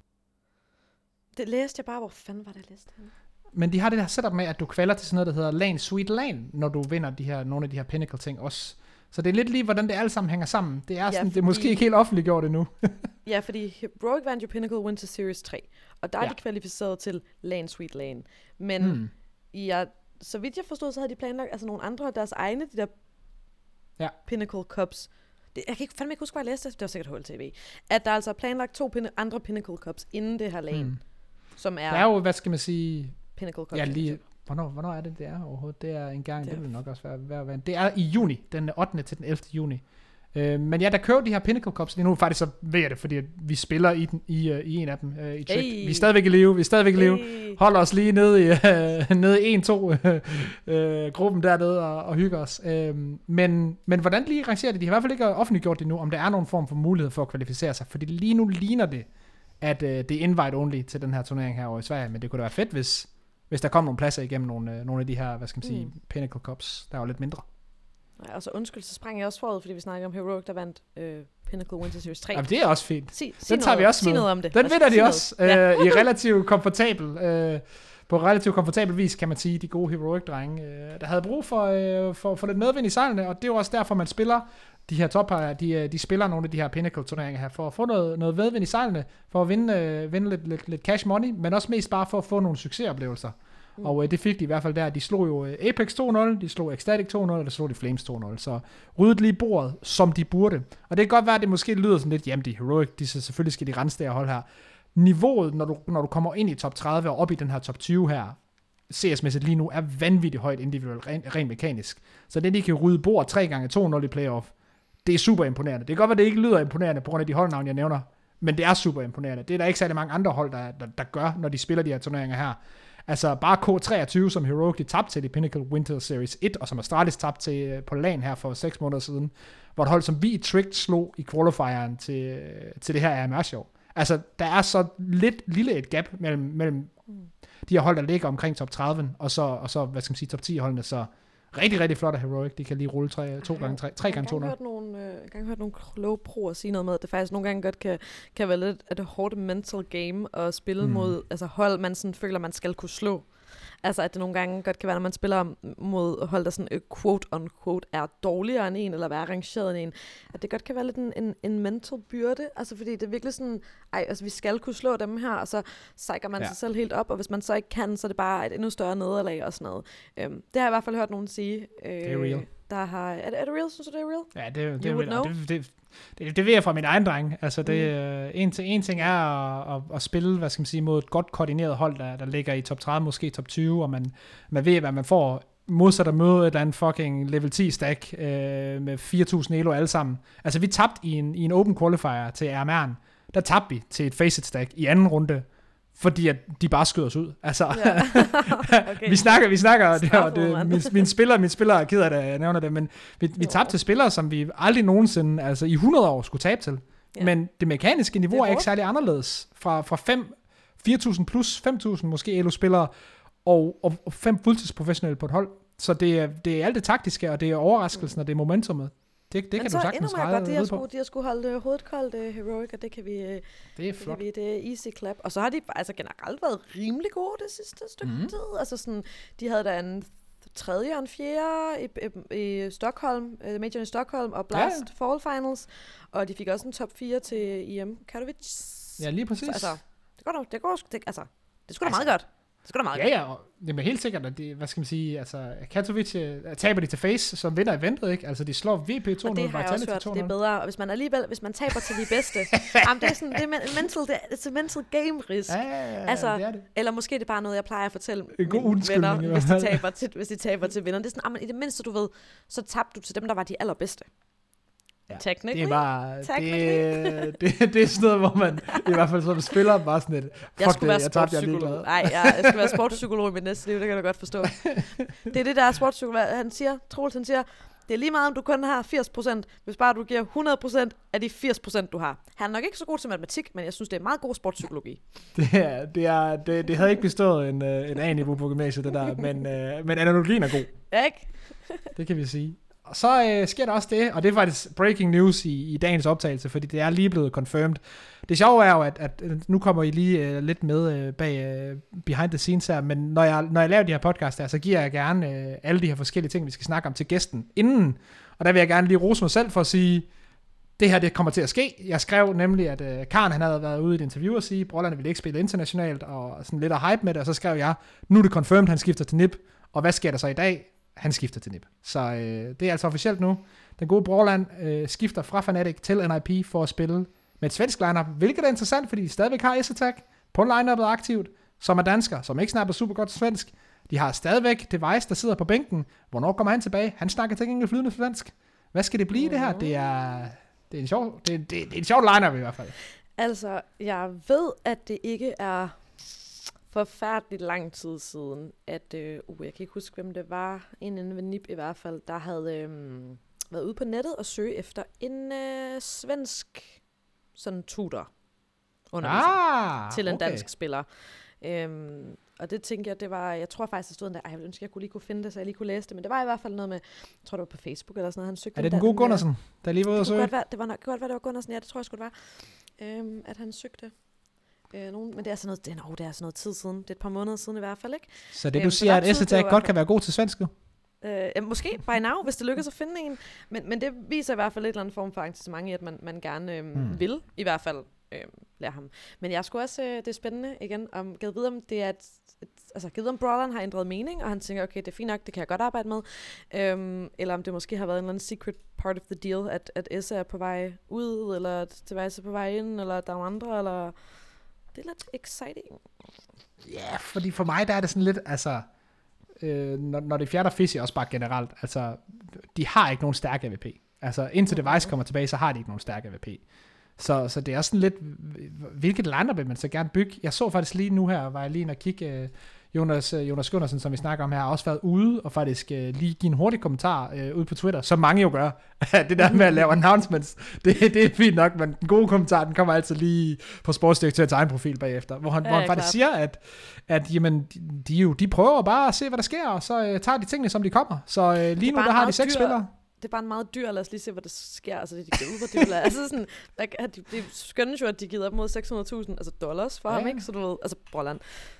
Det læste jeg bare, hvor fanden var det læst henne? Men de har det her setup med, at du kvalder til sådan noget, der hedder LAN Sweet LAN, når du vinder nogle af de her Pinnacle ting også. Så det er lidt lige, hvordan det alt sammen hænger sammen. Det er, sådan, det er måske ikke helt offentliggjort endnu. Ja, fordi Heroic vandt jo Pinnacle Winter Series 3, og der er de kvalificeret til LAN Sweet LAN. Men så vidt jeg forstod, så havde de planlagt altså nogle andre af deres egne, de der Pinnacle Cups. Jeg kan fandme ikke huske, hvad jeg læste. Det var sikkert HLTV. At der altså er planlagt 2 andre Pinnacle Cups inden det her LAN. Som er... Det er jo, hvad skal man sige... Pinnacle Cup. Ja, lige... Hvornår er det er overhovedet? Det er en gang, det vil nok også være... Det er i juni, den 8. til den 11. juni. Men ja, der kører de her Pinnacle Cups lige nu. Faktisk så ved jeg det, fordi vi spiller i en af dem i Trick. Vi er stadigvæk i live. Holder os lige nede i 1-2 gruppen dernede og hygger os. Men hvordan lige rangerer det? De har i hvert fald ikke offentliggjort det nu, om der er nogen form for mulighed for at kvalificere sig. Fordi lige nu ligner det, at det er invite-only til den her turnering her over i Sverige. Men det kunne da være fedt, hvis der kom nogle pladser igennem nogle af de her, hvad skal man sige, Pinnacle Cups, der er jo lidt mindre. Nej, og så undskyld, så sprang jeg også forud, fordi vi snakker om Heroic, der vandt Pinnacle Winter Series 3. Jamen, det er også fint. Den tager vi også med. Sig noget om det. Den vinder de også i relativt komfortabel, på relativt komfortabel vis, kan man sige, de gode Heroic-drenge, der havde brug for lidt medvind i sejlene, og det er jo også derfor, man spiller de her topper, de spiller nogle af de her Pinnacle-turneringer her, for at få noget medvind i sejlene, for at vinde lidt cash money, men også mest bare for at få nogle succesoplevelser. Og det fik de i hvert fald der. De slog jo Apex 2-0, de slog Ecstatic 2-0, og de slog de Flames 2-0. Så ryddede lige bordet, som de burde. Og det kan godt være, at det måske lyder sådan lidt, jamen de Heroic, selvfølgelig skal de rense det hold her. Niveauet, når du kommer ind i top 30 og op i den her top 20 her, CS-mæssigt lige nu, er vanvittigt højt individuelt, rent mekanisk. Så det, de kan rydde bord 3x2-0 i playoff, det er super imponerende. Det kan godt være, det ikke lyder imponerende på grund af de holdnavne, jeg nævner, men det er super imponerende. Det er der ikke særlig mange andre hold, der gør, når de spiller de her turneringer her. Altså bare K23, som Heroic de tabte til i Pinnacle Winter Series 1, og som Astralis tabte til på LAN her for 6 måneder siden, hvor et hold som vi i Trick slog i qualifieren til det her AMR-show. Altså, der er så lille et gap mellem de her hold, der ligger omkring top 30, og så hvad skal man sige, top 10 holdene, så rigtig, rigtig flot af Heroic. De kan lige rulle 3 gange 2 0. Jeg har engang hørt nogle kloge proer sige noget med, at det faktisk nogle gange godt kan være lidt et hårdt mental game at spille mod altså hold, man sådan føler, man skal kunne slå. Altså, at det nogle gange godt kan være, når man spiller mod hold, der sådan quote-unquote er dårligere end en, eller være arrangeret end en, at det godt kan være lidt en mental byrde. Altså, fordi det er virkelig sådan, altså, vi skal kunne slå dem her, og så psyker man sig selv helt op, og hvis man så ikke kan, så er det bare et endnu større nederlag og sådan noget. Det har jeg i hvert fald hørt nogen sige. Det er real. Er det real? Synes du, det er real? Ja, det ved jeg fra min egen dreng. Altså, en ting er at spille, hvad skal man sige, mod et godt koordineret hold, der ligger i top 30, måske top 20, og man ved, hvad man får. Modsat at møde et eller andet fucking level 10 stack med 4.000 elo alle sammen. Altså, vi tabte i en open qualifier til RMR'en. Der tabte vi til et facet stack i anden runde, fordi at de bare skød os ud. Altså, ja. Okay. vi snakker min spiller er ked af det, jeg nævner det, men vi tabte til spillere, som vi aldrig nogensinde, altså i 100 år skulle tabe til. Ja. Men det mekaniske niveau er ikke særlig anderledes. Fra 4.000 plus 5.000 måske elo-spillere, og 5 fuldtidsprofessionelle på et hold. Så det er alt det taktiske, og det er overraskelsen, og det er momentummet. Det kan du sagtens rejde ud på. De har skulle holde hovedet koldt Heroic, og det kan vi... Det er flot. Det er easy clap. Og så har de altså generelt været rimelig gode det sidste stykke tid. Altså sådan, de havde da en tredje og en fjerde i Stockholm, Major i Stockholm, og Blast Fall Finals. Og de fik også en top 4 til IM Katowice. Ja, lige præcis. Så, altså, det er sgu da meget godt. Det skulle da meget godt. Ja, og det er helt sikkert, at det, hvad skal man sige, altså Katowice taber de til Face, som vinder eventet, ikke? Altså de slår VP 2-0, og det har jeg også hørt, det er bedre. Og hvis man taber til de bedste, jamen, det er sådan, det er mental game risk. Ja, altså, det er det. Eller måske det er bare noget, jeg plejer at fortælle mine venner, hvis de taber til vinderne. Det er sådan, i det mindste du ved, så tabte du til dem, der var de allerbedste. Ja, technically. Det er bare, det er sådan noget, hvor man i hvert fald som spiller bare sådan et, jeg skulle være sportspsykolog. Nej, jeg skal være sportspsykolog i mit næste liv, det kan du godt forstå. Det er det, der er sportspsykolog. Troels han siger, det er lige meget, om du kun har 80%, hvis bare du giver 100% af de 80%, du har. Han er nok ikke så god til matematik, men jeg synes, det er meget god sportspsykologi. Det havde ikke bestået en A-niveau på gymnasiet, det der, men analogien er god. Ikke? Det kan vi sige. Og så sker der også det, og det er faktisk breaking news i dagens optagelse, fordi det er lige blevet confirmed. Det sjove er jo, at nu kommer I lige lidt med bag behind the scenes her, men når jeg laver de her podcast her, så giver jeg gerne alle de her forskellige ting, vi skal snakke om til gæsten inden. Og der vil jeg gerne lige rose mig selv for at sige, det her det kommer til at ske. Jeg skrev nemlig, at Karen han havde været ude i et interview og sige, Brolland ville ikke spille internationalt, og sådan lidt af hype med det, og så skrev jeg, nu er det confirmed, han skifter til NIP, og hvad sker der så i dag? Han skifter til NIP. Så det er altså officielt nu. Den gode Brolland skifter fra Fnatic til NIP for at spille med et svensk lineup, hvilket er interessant, fordi de stadigvæk har S-Attack på lineupet aktivt, som er dansker, som ikke snapper super godt svensk. De har stadigvæk Device, der sidder på bænken. Hvornår kommer han tilbage? Han snakker til gengæld flydende svensk. Hvad skal det blive det her? Det er en sjov lineup i hvert fald. Altså, jeg ved, at det ikke er forfærdeligt lang tid siden, at jeg kan ikke huske, hvem det var, en ved NIP i hvert fald, der havde været ude på nettet og søge efter en svensk sådan tutor underviser til en dansk spiller. Og det tænker jeg, det var, jeg tror faktisk, der stod der, jeg ville ønske, jeg lige kunne finde det, så jeg lige kunne læse det, men det var i hvert fald noget med, jeg tror det var på Facebook eller sådan noget, han søgte. Er det den gode Gunnarsen, der lige var ude og søge? Det kunne godt være, det var Gunnarsen, ja, det tror jeg sgu det var, at han søgte. Men det er sådan noget tid siden. Det er et par måneder siden i hvert fald, ikke? Så det du siger, at S-Attack godt kan være god til svensk? Måske by now, hvis det lykkes at finde en. Men det viser i hvert fald et eller andet form for engagement i, at man gerne vil i hvert fald lære ham. Men jeg skulle også, det er spændende igen, om givet videre, om det er givet videre, om Brolland har ændret mening, og han tænker, okay, det er fint nok, det kan jeg godt arbejde med. Eller om det måske har været en eller anden secret part of the deal, at S er på vej ud, eller at Device er på vej ind, eller der er andre, eller... Det er lidt exciting. Ja, fordi for mig, der er det sådan lidt, altså, når det fjerner Fizzy også bare generelt, altså, de har ikke nogen stærk AVP. Altså, indtil Device kommer tilbage, så har de ikke nogen stærk AVP. Så det er sådan lidt, hvilket lineup vil man så gerne bygge? Jeg så faktisk lige nu her, var jeg lige inde og kigge, Jonas Gundersen, som vi snakker om her, har også været ude og faktisk lige give en hurtig kommentar ude på Twitter, som mange jo gør. Det der med at lave announcements, det er fint nok, men den gode kommentar, den kommer altid lige på sportsdirektørens egen profil bagefter, hvor han faktisk siger, at jamen, de prøver bare at se, hvad der sker, og så tager de tingene, som de kommer. Så lige nu, der har de 6 spillere. Det er bare en meget dyr, lad os lige se, hvad der sker. Altså, de giver ud, hvor dyr. Altså sådan, det skønnes jo, at de giver op mod $600,000 altså dollars for ham, ikke? Så du ved, altså Brolland.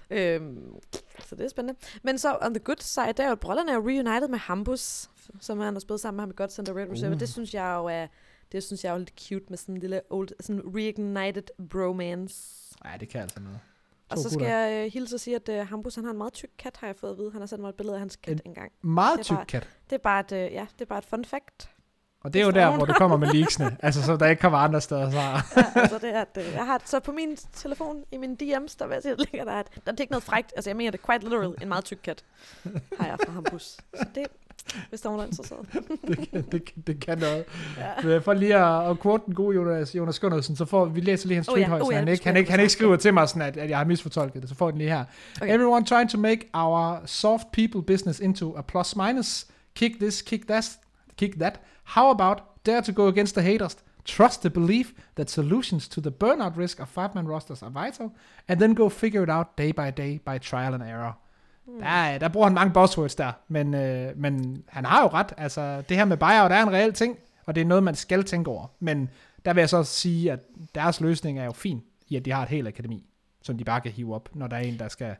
Så det er spændende. Men så, on the good side, der er jo, at Brolland er jo reunited med Hampus, som han har spillet sammen med ham i God Center Red Reserve. Det synes jeg jo er lidt cute med sådan en lille old, sådan reignited bromance. Ja, det kan altså noget. Og så skal jeg hilse og sige, at Hampus, han har en meget tyk kat, har jeg fået at vide. Han har sendt mig et billede af hans kat engang. Meget tyk kat? Det er bare et fun fact. Og det er jo der, hvor det kommer med leaksene. Altså, så der ikke kommer andre steder. Så. Ja, altså det er, jeg har så på min telefon, i min DM's, der vil jeg sige, ligger der er ikke noget frækt. Altså, jeg mener det quite literal, en meget tyk kat, har jeg fra Hampus. Så det, hvis der er nogen, der er interesseret. det kan noget. Ja. For lige at quote den gode Jonas Gundersen, så får vi læser lige hans tweet højt, så han ikke skriver til mig, sådan, at jeg har misfortolket det. Så får den lige her. Okay. Everyone trying to make our soft people business into a plus minus. Kick this, kick that. How about dare to go against the haters? Trust the belief that solutions to the burnout risk of 5-man rosters are vital, and then go figure it out day by day by trial and error. Der bruger han mange buzzwords der, men han har jo ret. Altså, det her med buyout er en reel ting, og det er noget, man skal tænke over. Men der vil jeg så sige, at deres løsning er jo fin, i at de har et helt akademi, som de bare kan hive op, når der er en,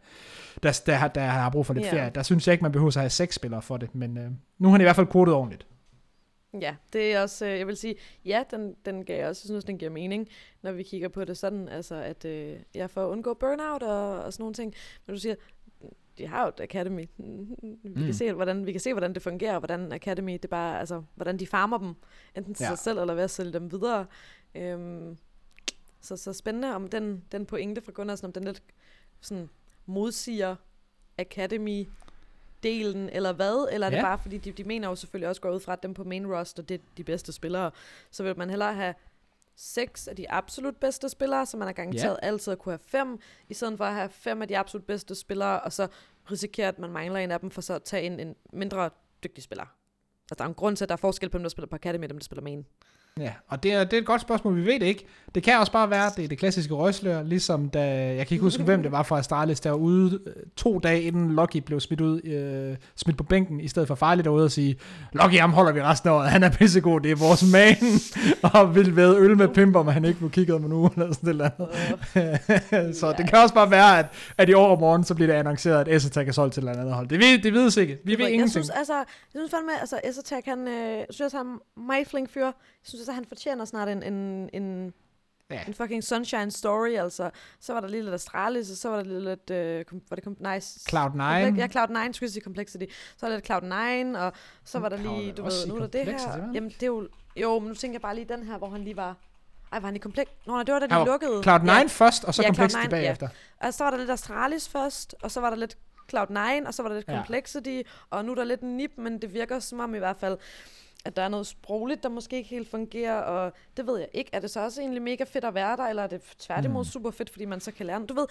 der har brug for lidt ferie. Der synes jeg ikke, man behøver at have 6 spillere for det, men nu har han i hvert fald kodet ordentligt. Ja, det er også, jeg vil sige, ja, den gav jeg også, jeg synes, den giver mening, når vi kigger på det sådan, altså at jeg får at undgå burnout og sådan nogle ting, men du siger, de har jo et academy, vi kan se, hvordan det fungerer, hvordan academy, det er bare, altså, hvordan de farmer dem, enten til sig selv, eller ved at sælge dem videre, så spændende, om den pointe fra Gunnarsen, om den lidt sådan modsiger academy delen, eller hvad? Eller er det bare, fordi de mener jo selvfølgelig også går ud fra, at dem på main roster, det er de bedste spillere. Så vil man hellere have 6 af de absolut bedste spillere, så man har garanteret altid at kunne have 5, i stedet for at have 5 af de absolut bedste spillere, og så risikere, at man mangler en af dem, for så at tage en mindre dygtig spiller. Altså, der er en grund til, at der er forskel på dem, der spiller på Academy, og dem, der spiller main. Ja, og det er et godt spørgsmål, vi ved det ikke. Det kan også bare være, det er det klassiske røgslør, ligesom da, jeg kan ikke huske, hvem det var fra Astralis, der var ude 2 dage inden Lucky blev smidt på bænken, i stedet for farligt derude og sige, Lucky, ham holder vi resten af året, han er pissegod, det er vores man, og vil væde øl med pimper, men han ikke blev kigget om en uge, eller sådan et eller andet. Så det kan også bare være, at i overmorgen, så bliver det annonceret, at Esatag er solgt til et eller andet hold. Det ved ikke. Vi ved ingenting. Jeg synes fandme, altså Esatag, han synes, han er meget flink fyr. Jeg synes, at han fortjener snart en fucking sunshine story, altså. Så var der lige lidt Astralis, og så var der lige lidt, nice. Cloud9. Ja, Cloud9, skulle jeg sige Complexity. Så var der lidt Cloud9, og så var der lige, du ved, nu er der det her. Jamen, det er jo, men nu tænker jeg bare lige den her, hvor han lige var, var han i Complexity? Nå, det var da de lukkede. Cloud9 først, og så Complexity bagefter. Og så var der lidt Astralis først, og så var der lidt Cloud9, og så var der lidt Complexity, og nu er der lidt NIP, men det virker som om i hvert fald, at der er noget sprogligt, der måske ikke helt fungerer, og det ved jeg ikke. Er det så også egentlig mega fedt at være der, eller er det tværtimod super fedt, fordi man så kan lære? Du ved,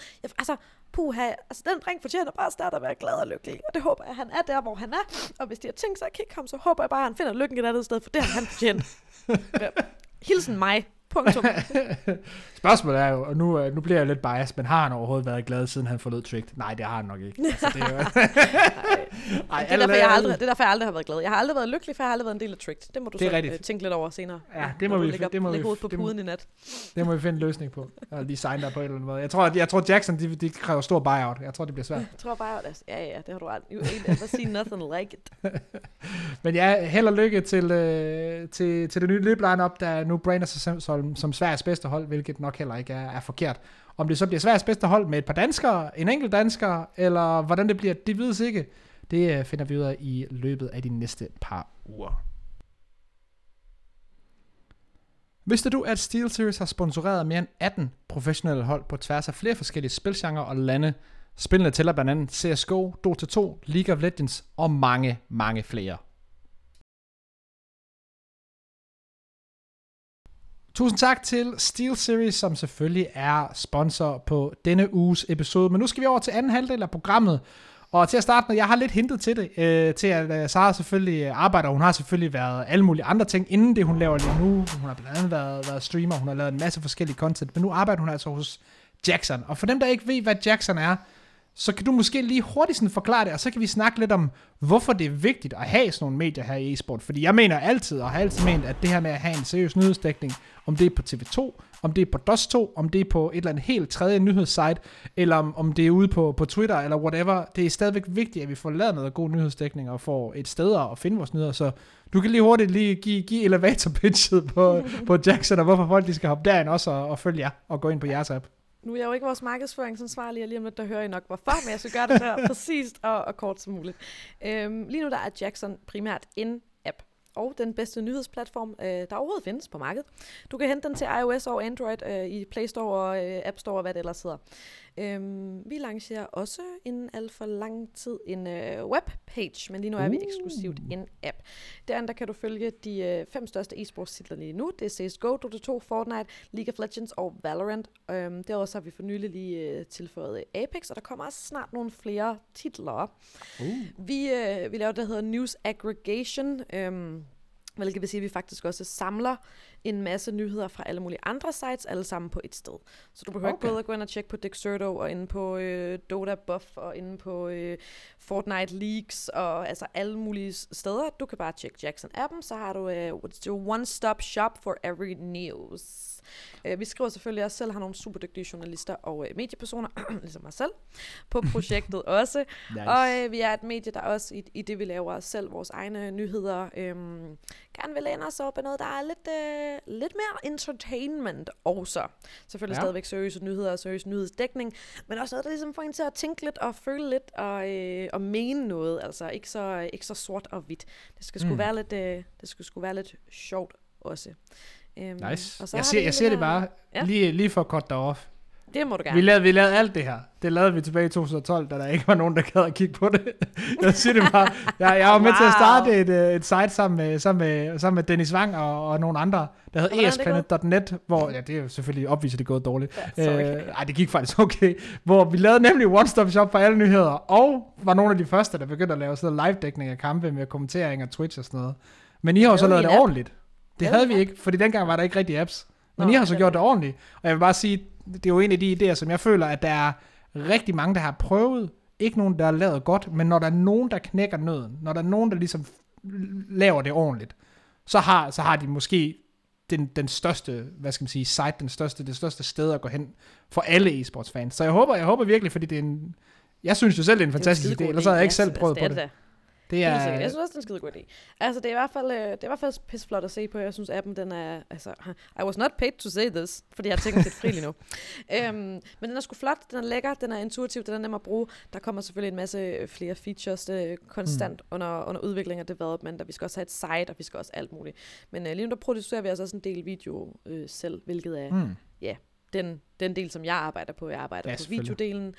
den dreng fortjener bare snart at være glad og lykkelig, og det håber jeg, at han er der, hvor han er. Og hvis de har tænkt sig at kigge ham, så håber jeg bare, at han finder lykken et andet sted, for det har han fortjent. Hilsen mig. Punktum. Spørgsmålet er jo, og nu bliver jeg lidt biased, men har han overhovedet været glad, siden han forlod Tricked? Nej, det har han nok ikke. Altså, det er jo... det er derfor, jeg aldrig har været glad. Jeg har aldrig været lykkelig, for jeg har aldrig været en del af Tricked. Det må du tænke lidt over senere. Ja, det må vi hovedet på puden i nat. Det må vi finde en løsning på. Eller lige signe der på et eller andet måde. Jeg tror Jackson, de kræver stor buyout. Jeg tror, det bliver svært. Jeg tror buyout, altså. Ja, det har du aldrig. You ain't ever seen nothing like it. Men ja, held og lykke til det nye løb-line-up, der nu brander sig som Sveriges bedste hold, hvilket nok heller ikke er forkert. Om det så bliver Sveriges bedste hold med et par danskere, en enkelt dansker, eller hvordan det bliver, det vides ikke. Det finder vi ud af i løbet af de næste par uger. Vidste du, at SteelSeries har sponsoreret mere end 18 professionelle hold på tværs af flere forskellige spilgenrer og lande? Spillene tæller blandt andet CSGO, Dota 2, League of Legends og mange, mange flere. Tusind tak til SteelSeries, som selvfølgelig er sponsor på denne uges episode. Men nu skal vi over til anden halvdel af programmet. Og til at starte med, jeg har lidt hintet til det, til at Sara selvfølgelig arbejder. Hun har selvfølgelig været alle mulige andre ting, inden det hun laver lige nu. Hun har blandt andet været streamer, hun har lavet en masse forskellige content, men nu arbejder hun altså hos Jackson. Og for dem, der ikke ved, hvad Jackson er, så kan du måske lige hurtigt sådan forklare det, og så kan vi snakke lidt om, hvorfor det er vigtigt at have sådan nogle medier her i e-sport. Fordi jeg mener altid, og har altid ment, at det her med at have en seriøs nyhedsdækning, om det er på TV2, om det er på DOS2, om det er på et eller andet helt tredje nyhedssite, eller om det er ude på Twitter, eller whatever, det er stadigvæk vigtigt, at vi får lavet noget god nyhedsdækning, og får et sted at finde vores nyheder. Så du kan lige hurtigt give elevator-pitchet på Jackson, og hvorfor folk de skal hoppe derind også og følge jer, og gå ind på jeres app. Nu er jeg jo ikke vores markedsføringsansvarlig, og lige om lidt, der hører I nok hvorfor, men jeg skal gøre det så præcist og kort som muligt. Lige nu der er Jackson primært en app, og den bedste nyhedsplatform, der overhovedet findes på markedet. Du kan hente den til iOS og Android i Play Store og App Store og hvad det ellers hedder. Vi lancerer også inden alt for lang tid en webpage, men lige nu er vi eksklusivt en app. Derinde der kan du følge de 5 største e-sports titler lige nu. Det er CSGO, Dota 2, Fortnite, League of Legends og Valorant. Derudover så har vi for nylig lige tilføjet Apex, og der kommer også snart nogle flere titler op. Vi laver det, der hedder News Aggregation, hvilket vil sige, at vi faktisk også samler en masse nyheder fra alle mulige andre sites, alle sammen på et sted. Så du behøver ikke både at gå ind og tjekke på Dexerto, og inde på Dota Buff, og inde på Fortnite Leaks, og altså alle mulige steder. Du kan bare tjekke Jackson-appen, så har du your one-stop shop for every news. Vi skriver selvfølgelig også selv, har nogle super dygtige journalister og mediepersoner, ligesom mig selv, på projektet også. Nice. Og vi er et medie, der også i det, vi laver selv, vores egne nyheder, gerne vil læne os op af noget, der er lidt mere entertainment også. Selvfølgelig stadigvæk seriøse nyheder og seriøs nyhedsdækning, men også noget, der ligesom får en til at tænke lidt og føle lidt og mene noget. Altså ikke så sort og hvidt. Det skal sgu være lidt sjovt også. Nice. Og så jeg ser det bare lige for at cut dig off. Det må du gerne. Vi lavede alt det her. Det lavede vi tilbage i 2012, da der ikke var nogen, der gad at kigge på det. Jeg siger det bare. Jeg var med til at starte et site sammen med Dennis Wang og nogle andre, der hed esplanet.net, hvor, det er jo selvfølgelig opviser, det gået dårligt. Det gik faktisk okay. Hvor vi lavede nemlig one-stop shop for alle nyheder, og var nogle af de første, der begyndte at lave sådan noget live-dækning af kampe med kommentering og Twitch og sådan noget. Men I har jo så lavet det ordentligt. Det havde vi ikke, fordi dengang var der ikke rigtig apps. Men I har så gjort det ordentligt. Og jeg vil bare sige, det er jo en af de idéer, som jeg føler, at der er rigtig mange, der har prøvet. Ikke nogen, der har lavet godt, men når der er nogen, der knækker nøden, når der er nogen, der ligesom laver det ordentligt, så har de måske den største, hvad skal man sige, site, det største sted at gå hen for alle e-sportsfans. Så jeg håber virkelig, fordi det er en, jeg synes jo selv, det er en fantastisk idé, ellers havde jeg ikke selv prøvet på det. Jeg synes også, det er en skide god idé. Altså, det er i hvert fald pisseflot at se på. Jeg synes, appen, den er, altså, I was not paid to say this, fordi jeg har tænkt lidt fri lige nu. Men den er sgu flot, den er lækker, den er intuitiv, den er nem at bruge. Der kommer selvfølgelig en masse flere features konstant under udvikling og development, og vi skal også have et site, og vi skal også alt muligt. Men lige nu, der producerer vi også en del video selv, hvilket er, den del, som jeg arbejder på. Jeg arbejder på videodelen,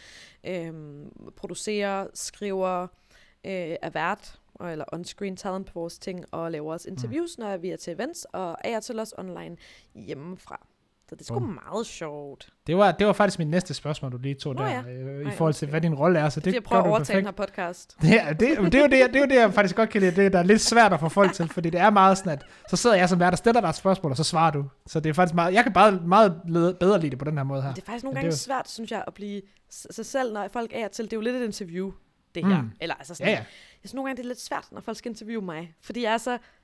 producerer, skriver, er vært eller on-screen talent på vores ting, og laver også interviews, når vi er til events, og er til os online hjemmefra. Så det er sgu meget sjovt. Det var faktisk mit næste spørgsmål, du lige tog i forhold til, hvad din rolle er. Så det jeg prøver at overtage den her podcast. Det er jo det, jeg faktisk godt kan lide. Det der er lidt svært at få folk til, fordi det er meget sådan, at så sidder jeg som vært og stiller dig et spørgsmål, og så svarer du. Så det er faktisk meget, jeg kan bare meget bedre lide det på den her måde her. Det er faktisk nogle gange svært, synes jeg, at blive sig selv, når folk er til. Det er jo lidt et interview, det her. Eller altså sådan, jeg synes nogle gange, det er lidt svært, når folk skal interviewe mig. Fordi jeg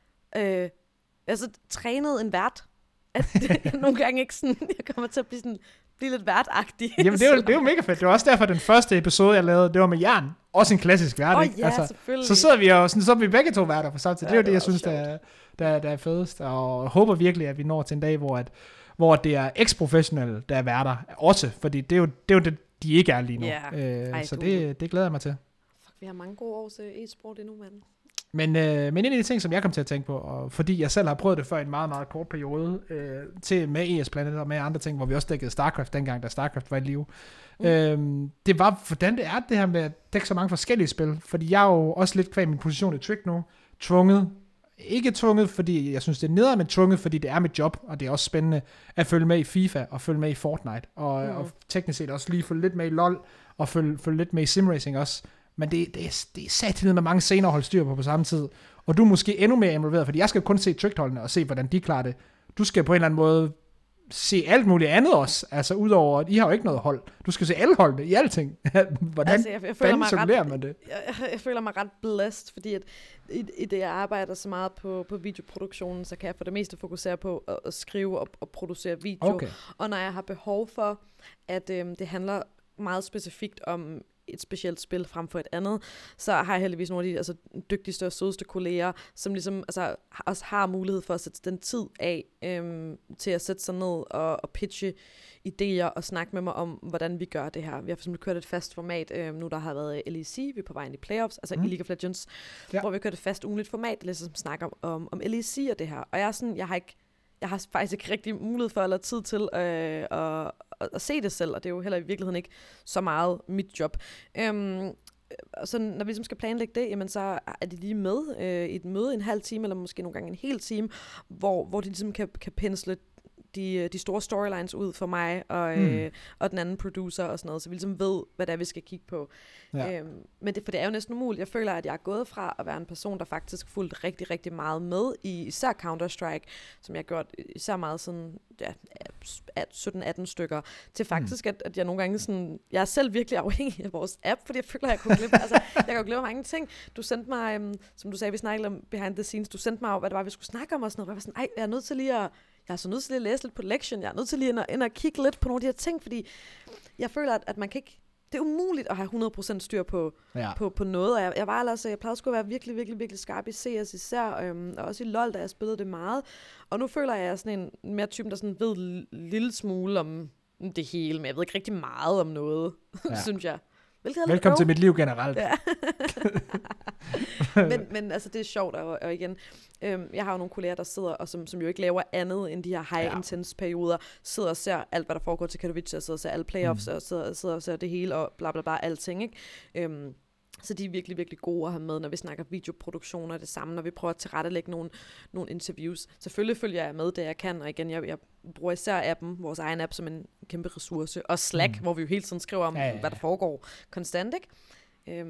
er så trænet en vært, at det nogle gange ikke sådan, jeg kommer til at blive lidt værtagtig. Jamen det er jo mega fedt. Det var også derfor, den første episode, jeg lavede, det var med Jern. Også en klassisk vært, ikke? Ja, selvfølgelig. Så sidder vi og sådan, så er vi begge to værter på samtidig. Det er jo det, jeg synes, der er fedest. Og jeg håber virkelig, at vi når til en dag, hvor det er ex-professionelle, der er værter. Også, fordi det er jo det, de ikke er lige nu. Så det glæder jeg mig til. Fuck, vi har mange gode års e-sport endnu, mand. Men en af de ting, som jeg kom til at tænke på, og fordi jeg selv har prøvet det før i en meget, meget kort periode, med ES-planet og med andre ting, hvor vi også dækkede StarCraft dengang, da StarCraft var i live, det var, hvordan det er det her med at dække så mange forskellige spil, fordi jeg er jo også lidt kvæg min position i Trick nu, tvunget, ikke tvunget, fordi jeg synes, det er nederen, men tvunget, fordi det er mit job, og det er også spændende at følge med i FIFA, og følge med i Fortnite, og teknisk set også lige følge lidt med i LoL, og følge lidt med i simracing også. Men det er sat med mange scener at holde styr på samme tid. Og du er måske endnu mere involveret, fordi jeg skal kun se trickholdene og se, hvordan de klarer det. Du skal på en eller anden måde se alt muligt andet også. Altså udover, at I har jo ikke noget hold. Du skal se alle holdene i alting. Hvordan altså, jeg føler man det? Jeg føler mig ret blessed, fordi at i det, jeg arbejder så meget på videoproduktionen, så kan jeg for det meste fokusere på at skrive og producere video. Okay. Og når jeg har behov for, at det handler meget specifikt om et specielt spil frem for et andet, så har jeg heldigvis nogle af de dygtigste og sødeste kolleger, som ligesom også har mulighed for at sætte den tid af til at sætte sig ned og pitche idéer og snakke med mig om, hvordan vi gør det her. Vi har for eksempel kørt et fast format, nu der har været LEC, vi er på vej ind i playoffs, altså i League of Legends, hvor vi har kørt et fast ugenligt format, der ligesom snakker om LEC og det her. Og jeg har faktisk ikke rigtig mulighed for eller tid til at se det selv, og det er jo heller i virkeligheden ikke så meget mit job. Så når vi ligesom skal planlægge det, jamen så er de lige med i et møde en halv time, eller måske nogle gange en hel time, hvor de ligesom kan pensle de store storylines ud for mig og den anden producer og sådan noget, så vi ligesom ved, hvad det er, vi skal kigge på. Ja. Men det er jo næsten umuligt. Jeg føler, at jeg er gået fra at være en person, der faktisk fulgte rigtig, rigtig meget med i især Counter-Strike, som jeg har gjort især meget sådan 17-18 stykker, til faktisk, at jeg nogle gange sådan, jeg er selv virkelig afhængig af vores app, fordi jeg føler, at jeg kunne glemme, jeg kan jo glemme mange ting. Du sendte mig, som du sagde, vi snakkede om behind the scenes, du sendte mig hvad det var, vi skulle snakke om og sådan noget, og jeg var sådan, jeg er nødt til lige jeg er så nødt til at læse lidt på lektion, jeg er nødt til lige at kigge lidt på nogle af de her ting, fordi jeg føler, at man kan ikke, det er umuligt at have 100% styr på noget, og jeg var ellers, jeg plejede sgu at være virkelig, virkelig, virkelig skarp i CS især, og også i LoL, da jeg spillede det meget, og nu føler jeg sådan en mere typen, der sådan ved lille smule om det hele, men jeg ved ikke rigtig meget om noget, synes jeg. Velkommen til mit liv generelt. Ja. men altså, det er sjovt, og igen, jeg har jo nogle kolleger, der sidder, og som jo ikke laver andet end de her high-intense perioder, sidder og ser alt, hvad der foregår til Katowice, og sidder og ser alle playoffs, og sidder og ser det hele, og bla bla bla, alting, ikke? Så de er virkelig, virkelig gode at have med, når vi snakker videoproduktioner, det samme, når vi prøver at tilrettelægge nogle interviews. Selvfølgelig følger jeg med det, jeg kan, og igen, jeg bruger især appen, vores egen app, som en kæmpe ressource, og Slack, hvor vi jo hele tiden skriver om, hvad der foregår konstant, ikke?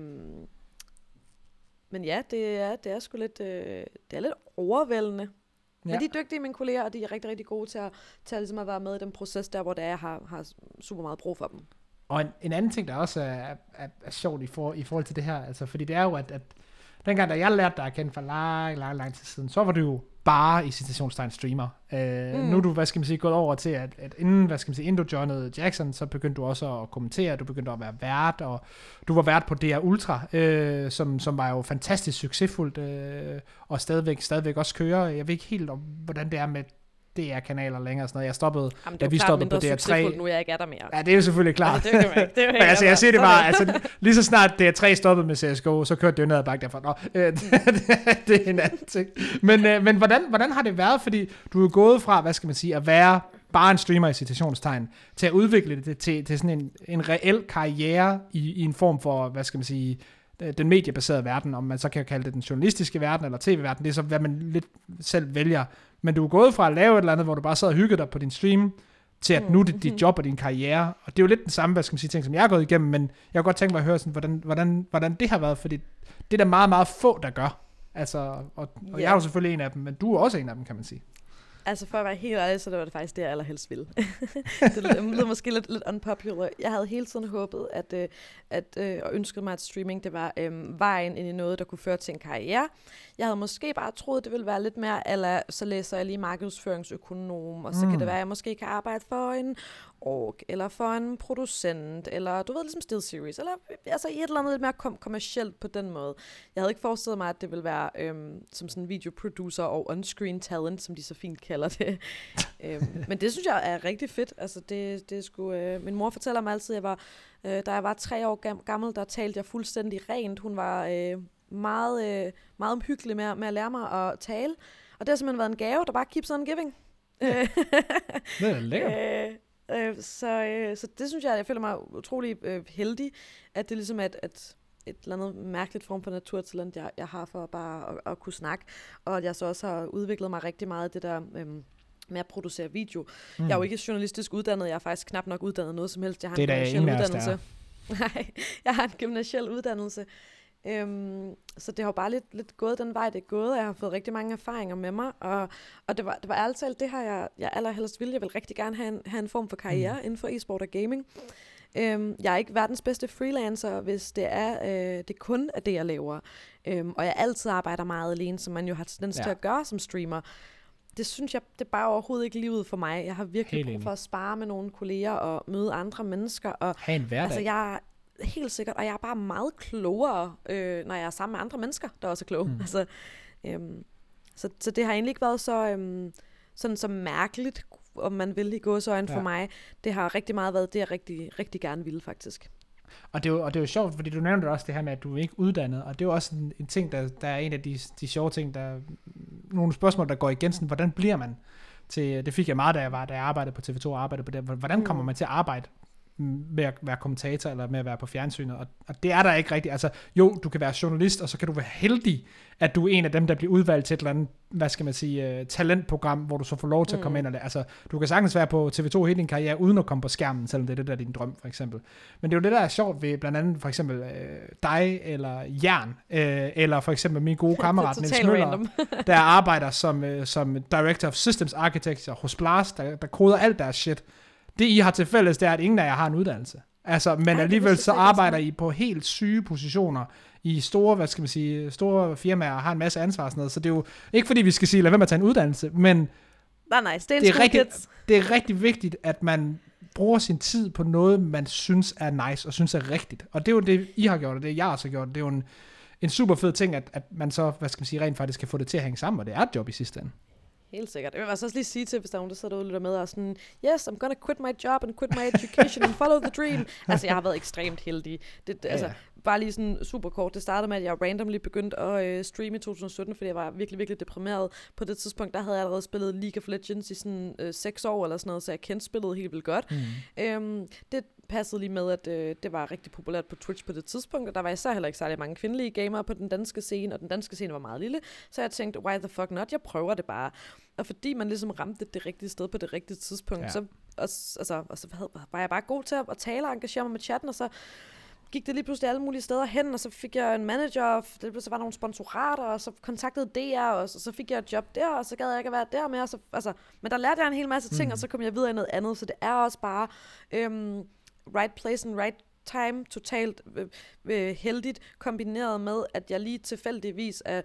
Men ja, det er sgu lidt, det er lidt overvældende. Men de er dygtige, mine kolleger, og de er rigtig, rigtig gode til at ligesom at være med i den proces der, hvor jeg har super meget brug for dem. Og en anden ting, der også er sjovt i forhold til det her, altså, fordi det er jo, at dengang, da jeg lærte dig at kende for lang tid siden, så var du jo bare i citationstegn streamer. Nu er du, hvad skal man sige, gået over til, at inden du joinede Jackson, så begyndte du også at kommentere, du begyndte at være vært, og du var vært på DR Ultra, som var jo fantastisk succesfuldt, og stadigvæk også kører. Jeg ved ikke helt om, hvordan det er med DR-kanaler længere og sådan noget. Jeg stoppede, da vi stoppede på DR3. Nu jeg ikke er der mere. Ja, det er jo selvfølgelig klart. Altså, det er jo men altså, jeg siger det bare, altså, lige så snart DR3 stoppede med CSGO, så kørte det jo ned ad bakke derfra. Nå, det er en anden ting. Men hvordan har det været? Fordi du er gået fra, hvad skal man sige, at være bare en streamer i citationstegn, til at udvikle det til sådan en reel karriere i en form for, hvad skal man sige, den mediebaserede verden, om man så kan kalde det den journalistiske verden eller tv-verden, det er så, hvad man lidt selv vælger. Men du er gået fra at lave et eller andet, hvor du bare sad og hyggede dig på din stream, til at nu er det dit job og din karriere. Og det er jo lidt den samme, hvad skal man sige, ting, som jeg har gået igennem, men jeg kunne godt tænke mig at høre, sådan, hvordan det har været, fordi det er der meget, meget få, der gør. Altså, og jeg er jo selvfølgelig en af dem, men du er også en af dem, kan man sige. Altså for at være helt ærlig, så det var det faktisk det, jeg allerhelst ville. Det lyder måske lidt unpopular. Jeg havde hele tiden håbet, og ønsket mig, at streaming det var vejen ind i noget, der kunne føre til en karriere. Jeg havde måske bare troet, det ville være lidt mere, eller så læser jeg lige markedsføringsøkonom, og så kan det være, at jeg måske kan arbejde for en org, eller for en producent, eller du ved, ligesom SteelSeries, eller altså i et eller andet lidt mere kommercielt på den måde. Jeg havde ikke forestillet mig, at det ville være som sådan en videoproducer og on-screen talent, som de så fint kalder det. Men det synes jeg er rigtig fedt. Altså det er sgu, min mor fortæller mig altid, da jeg var 3 år gammel, der talte jeg fuldstændig rent. Hun var meget omhyggelig med at lære mig at tale. Og det har simpelthen været en gave, der bare keeps on giving. Det er lækkert. Så det synes jeg føler mig utrolig heldig, at det ligesom at et eller andet mærkeligt form for naturtalent, jeg har for bare at kunne snakke, og at jeg så også har udviklet mig rigtig meget det der med at producere video. Jeg er jo ikke journalistisk uddannet, jeg er faktisk knap nok uddannet noget som helst. Jeg har en gymnasiel uddannelse. Nej, jeg har en gymnasiel uddannelse. Så det har jo bare lidt gået den vej, det er gået, og jeg har fået rigtig mange erfaringer med mig, og det var ærligt talt, det har jeg allerhelst ville. Jeg vil rigtig gerne have en form for karriere inden for e-sport og gaming. Jeg er ikke verdens bedste freelancer, hvis det kun er det, jeg laver. Og jeg altid arbejder meget alene, som man jo har tendens til at gøre som streamer. Det synes jeg, det er bare overhovedet ikke livet for mig. Jeg har virkelig brug for at spare med nogle kolleger og møde andre mennesker. Og, have en hverdag. Altså, jeg helt sikkert, og jeg er bare meget klogere, når jeg er sammen med andre mennesker, der også er kloge. Altså, så det har egentlig ikke været så mærkeligt, om man vil i gåseøjne for mig. Det har rigtig meget været det, jeg rigtig, rigtig gerne ville, faktisk. Og det er jo sjovt, fordi du nævnte også det her med, at du er ikke uddannet, og det er jo også en ting, der er en af de sjove ting, der nogle spørgsmål, der går igen, sådan, hvordan bliver man til, det fik jeg meget, da jeg arbejdede på TV2 og arbejdede på det, hvordan kommer man til at arbejde med at være kommentator, eller med at være på fjernsynet, og det er der ikke rigtigt. Altså, jo, du kan være journalist, og så kan du være heldig, at du er en af dem, der bliver udvalgt til et eller andet, hvad skal man sige, talentprogram, hvor du så får lov til at komme ind, og altså, du kan sagtens være på TV2 hele din karriere, uden at komme på skærmen, selvom det er det, der er din drøm, for eksempel. Men det er jo det, der er sjovt ved blandt andet, for eksempel dig, eller Jern, eller for eksempel min gode kammerat, Niels Møller, der arbejder som Director of Systems Architecture hos Blast, der koder alt deres shit. Det, I har til fælles, det er, at ingen af jer har en uddannelse. Altså, men alligevel så arbejder I på helt syge positioner i store, hvad skal man sige, store firmaer og har en masse ansvar og sådan noget. Så det er jo ikke fordi, vi skal sige, lad være med at tage en uddannelse, men det er rigtig vigtigt, at man bruger sin tid på noget, man synes er nice og synes er rigtigt. Og det er jo det, I har gjort, og det jeg også har gjort. Det er jo en super fed ting, at man så, hvad skal man sige, rent faktisk kan få det til at hænge sammen, og det er et job i sidste ende. Helt sikkert. Jeg vil også lige sige til, hvis der er nogen, der sidder derude og lytter med, og sådan, yes, I'm gonna quit my job and quit my education and follow the dream. Altså, jeg har været ekstremt heldig. Altså, bare lige sådan super kort. Det startede med, at jeg randomly begyndte at streame i 2017, fordi jeg var virkelig, virkelig deprimeret. På det tidspunkt, der havde jeg allerede spillet League of Legends i sådan 6 år eller sådan noget, så jeg kendte spillet helt vildt godt. Det passede lige med, at det var rigtig populært på Twitch på det tidspunkt, og der var især heller ikke særlig mange kvindelige gamere på den danske scene, og den danske scene var meget lille, så jeg tænkte, why the fuck not, jeg prøver det bare. Og fordi man ligesom ramte det rigtige sted på det rigtige tidspunkt, så var jeg bare god til at tale og engagere mig med chatten, og så gik det lige pludselig alle mulige steder hen, og så fik jeg en manager, og så var nogle sponsorater, og så kontaktede DR, og så fik jeg et job der, og så gad jeg ikke at være der mere. Men der lærte jeg en hel masse ting, og så kom jeg videre i noget andet, så det er også bare right place and right time, totalt heldigt, kombineret med, at jeg lige tilfældigvis er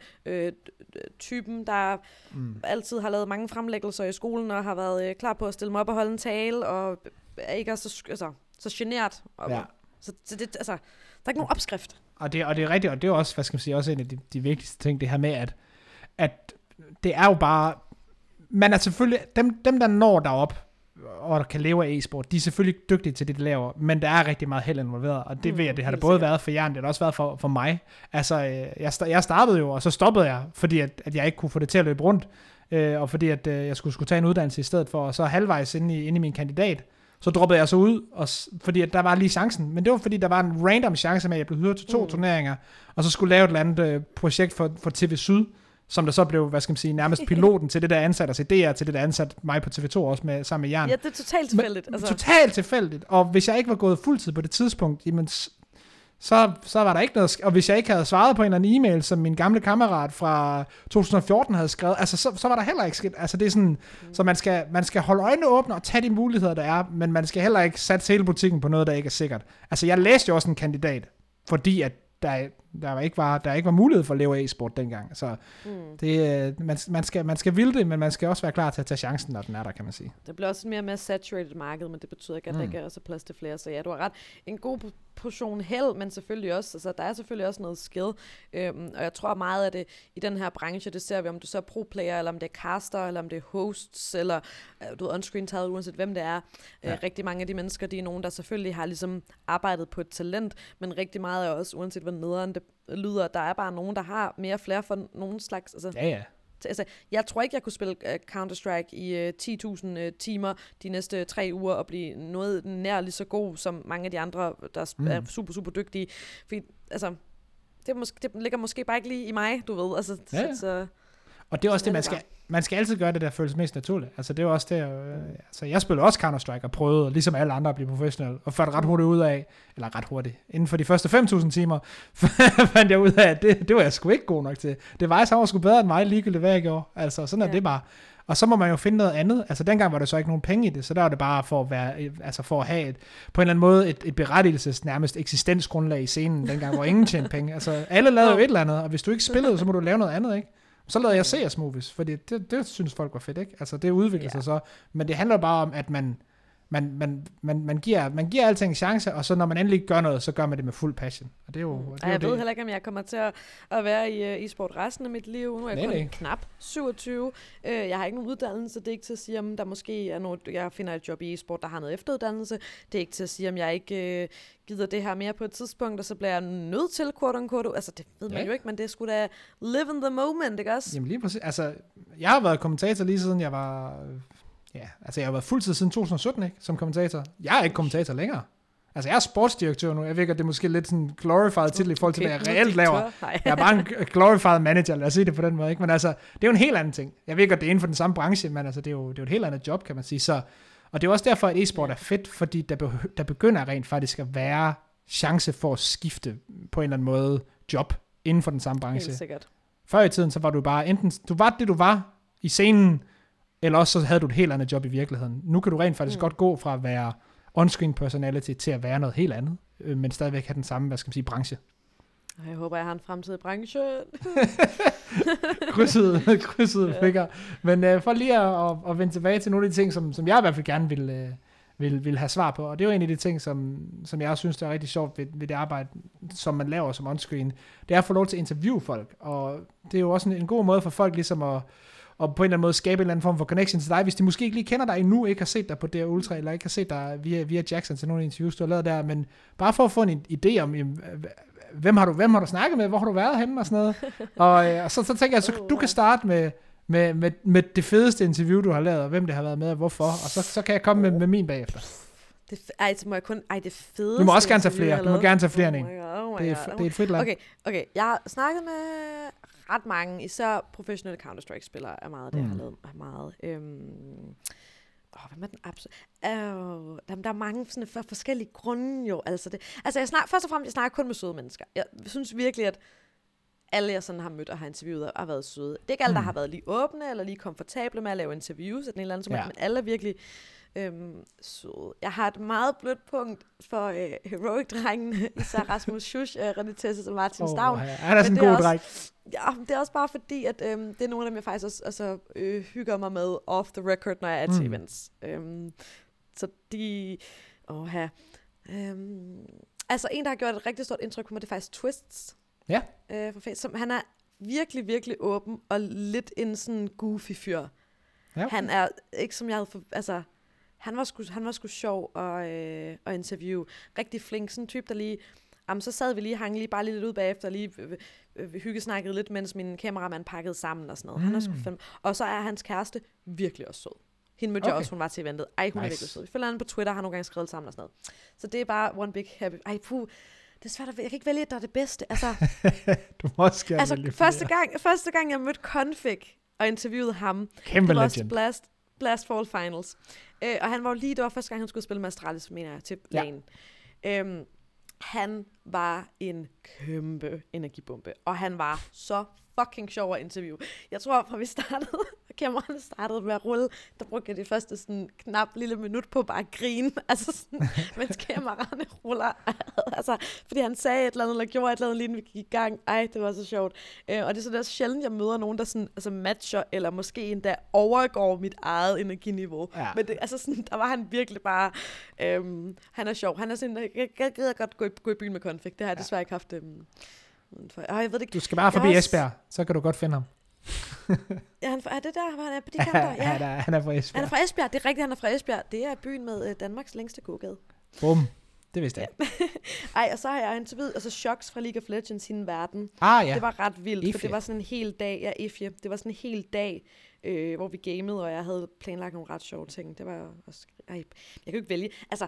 typen, der altid har lavet mange fremlæggelser i skolen, og har været klar på at stille mig op og holde en tale, og er ikke så genert. Så det, altså, der er ikke nogen opskrift. Og det er rigtigt, og det er også, hvad skal man sige, også en af de vigtigste ting, det her med, at det er jo bare, man er selvfølgelig, dem der når derop, og kan leve af e-sport, de er selvfølgelig dygtige til det, de laver, men der er rigtig meget held involveret, og det ved jeg, det har det både været for Jern, det har også været for mig. Altså, jeg startede jo, og så stoppede jeg, fordi at jeg ikke kunne få det til at løbe rundt, og fordi at jeg skulle tage en uddannelse i stedet for, og så halvvejs inde i min kandidat, så droppede jeg så ud, fordi at der var lige chancen, men det var fordi, der var en random chance med, at jeg blev hyret til 2 turneringer, og så skulle lave et eller andet projekt for TV Syd, som der så blev, hvad skal man sige, nærmest piloten til det, der ansat os i DR, til det, der ansat mig på TV2 også sammen med Jern. Ja, det er totalt tilfældigt. Altså. Totalt tilfældigt, og hvis jeg ikke var gået fuldtid på det tidspunkt, jamen, så var der ikke noget, og hvis jeg ikke havde svaret på en eller anden e-mail, som min gamle kammerat fra 2014 havde skrevet, altså så var der heller ikke sket, altså det er sådan, så man skal holde øjnene åbne og tage de muligheder, der er, men man skal heller ikke sætte hele butikken på noget, der ikke er sikkert. Altså jeg læste jo også en kandidat, fordi at der ikke var mulighed for at leve af e-sport dengang. Så det, man skal ville det, men man skal også være klar til at tage chancen, når den er der, kan man sige. Det bliver også mere og mere saturated marked, men det betyder ikke, at der ikke er også plads til flere. Så ja, du har ret. En god portion held, men selvfølgelig også, altså der er selvfølgelig også noget skill. Og jeg tror meget af det i den her branche, det ser vi, om du så er pro-player, eller om det er caster, eller om det er hosts, eller du er on-screen taget, uanset hvem det er. Rigtig mange af de mennesker, de er nogen, der selvfølgelig har ligesom arbejdet på et talent, men rigtig meget er også, uanset hvor nederen det lyder, der er bare nogen, der har mere flere for nogen slags. Altså, altså, jeg tror ikke, jeg kunne spille Counter-Strike i 10.000 timer de næste 3 uger og blive noget nær lige så god som mange af de andre, der er super, super dygtige. Fordi, altså, det ligger måske bare ikke lige i mig, du ved. Altså, Ja. så Og det er også det, man skal altid gøre det, der føles mest naturligt. Altså det er jo også det, altså jeg spillede også Counter-Strike og prøvede, ligesom alle andre, at blive professionel, og fandt ret hurtigt ud af, eller ret hurtigt, inden for de første 5.000 timer, fandt jeg ud af, at det var jeg sgu ikke god nok til. Det var jeg sgu bedre end mig, ligegyldigt hvad jeg gjorde. Altså sådan er det bare. Og så må man jo finde noget andet. Altså dengang var der så ikke nogen penge i det, så der var det bare for at være, altså for at have på en eller anden måde et berettigelses nærmest eksistensgrundlag i scenen, dengang hvor ingen tjente penge. Altså alle lavede jo et eller andet, og hvis du ikke spillede, så må du lave noget andet, ikke? Så lavede jeg CS Movies, fordi det synes folk var fedt, ikke? Altså det udvikler sig så, men det handler bare om, at man giver alting en chance, og så når man endelig gør noget, så gør man det med fuld passion. Og det er jo, jeg ved heller ikke, om jeg kommer til at være i e-sport resten af mit liv. Nu er jeg kun knap 27. Jeg har ikke nogen uddannelse. Det er ikke til at sige, om der måske er noget, jeg finder et job i e-sport, der har noget efteruddannelse. Det er ikke til at sige, om jeg ikke gider det her mere på et tidspunkt, og så bliver jeg nødt til, quote unquote. Altså, det ved man jo ikke, men det er sgu da live in the moment, ikke også? Jamen lige præcis. Altså, jeg har været kommentator lige siden jeg var... Ja, altså jeg har været fuldtid siden 2017, ikke, som kommentator. Jeg er ikke kommentator længere. Altså jeg er sportsdirektør nu. Jeg ved ikke, at det er måske lidt sådan glorified titel i forhold til, hvad jeg reelt laver. Jeg er bare en glorified manager, lad os sige det på den måde, ikke? Men altså, det er jo en helt anden ting. Jeg ved ikke, at det er inden for den samme branche, men altså, det er jo et helt andet job, kan man sige. Så, og det er også derfor, at e-sport er fedt, fordi der begynder rent faktisk at være chance for at skifte på en eller anden måde job inden for den samme branche. Helt sikkert. Før i tiden, så var du bare enten, du var det, du var i scenen, eller også så havde du et helt andet job i virkeligheden. Nu kan du rent faktisk godt gå fra at være on-screen personality til at være noget helt andet, men stadigvæk have den samme, hvad skal man sige, branche. Jeg håber, jeg har en fremtidig branche. krydsede fingre. Men for lige at vende tilbage til nogle af de ting, som jeg i hvert fald gerne vil have svar på, og det er jo en af de ting, som jeg også synes, der er rigtig sjovt ved det arbejde, som man laver som on-screen, det er at få lov til at interviewe folk, og det er jo også en god måde for folk ligesom at og på en eller anden måde skabe en eller anden form for connection til dig, hvis de måske ikke lige kender dig endnu, ikke har set dig på DR Ultra, eller ikke har set dig via Jackson til nogle interviews, du har lavet der, men bare for at få en idé om, hvem har du snakket med, hvor har du været henne og sådan noget, og så tænker jeg, så du kan starte med det fedeste interview, du har lavet, og hvem det har været med, og hvorfor, og så kan jeg komme med min bagefter. Så må jeg kun... det fedeste... Du må også gerne tage flere, du må gerne tage flere end en. Det er et frit land. Okay, jeg har snakket med ret mange, især professionelle Counter-Strike-spillere er meget det, jeg har lavet meget. Hvem er den absolut? Der er mange sådan forskellige grunde jo. Altså først og fremmest, jeg snakker kun med søde mennesker. Jeg synes virkelig, at alle jeg sådan har mødt og har interviewet har været søde. Det er ikke alle, der har været lige åbne eller lige komfortable med at lave interviews, eller andet, men alle er virkelig søde. Jeg har et meget blødt punkt for Heroic-drengene, især Rasmus Schusch, René Tesses og Martin Stavn. Han er sådan en god dreng. Ja, det er også bare fordi, at det er nogle af dem, jeg faktisk også hygger mig med off the record, når jeg er til events. Så de... altså en, der har gjort et rigtig stort indtryk på mig, det er faktisk Twists. Ja. Som han er virkelig, virkelig åben og lidt en sådan goofy fyr. Ja, okay. Han er ikke som jeg havde han var sgu sjov at interviewe. Rigtig flink, sådan en type, der lige... så sad vi lige, hang lige bare lidt ud bagefter, lige hyggesnakkede lidt, mens min kameramand pakkede sammen og sådan noget. Han er sgu fandme. Og så er hans kæreste virkelig også sød. Hende mødte jeg også, hun var til eventet. Hun er virkelig sød. Vi følger hende på Twitter, har nogle gange skrevet sammen og sådan noget. Så det er bare one big happy. Det er svært at jeg kan ikke vælge, at der er det bedste. Altså, du må også gerne vælge første gang, jeg mødte Config og interviewede ham, kæmpe det var legend. også Blast Fall Finals. Og han var jo det var første gang, han skulle spille med Astralis, mener jeg, til lane. Han var en kæmpe energibombe, og han var så fucking sjov at interviewe. Jeg tror, fra vi startede, og kameraerne startede med at rulle, der brugte jeg det første sådan knap lille minut på bare at grine, altså sådan, mens kameraerne ruller. Altså, fordi han sagde et eller andet, eller gjorde et eller andet, lige vi gik i gang. Det var så sjovt. Og det er så også sjældent, jeg møder nogen, der sådan, matcher, eller måske endda overgår mit eget energiniveau. Ja. Men det, altså sådan, der var han virkelig bare, han er sjov. Han er sådan, jeg gider godt gå i byen med Config. Det har jeg desværre ikke haft jeg ved det ikke. Du skal bare forbi Esbjerg, så kan du godt finde ham. Er det der, han er på de kanter? Ja. Han er fra Esbjerg. Han er fra Esbjerg, det er rigtigt, han er fra Esbjerg. Det er byen med Danmarks længste gågade. Bum, det vidste jeg. Og så har jeg interviewet, altså Shox fra League of Legends, sin verden. Ja. Det var ret vildt, for det var sådan en hel dag, det var sådan en hel dag, hvor vi gamede, og jeg havde planlagt nogle ret sjove ting. Det var også, jeg kan jo ikke vælge. Altså,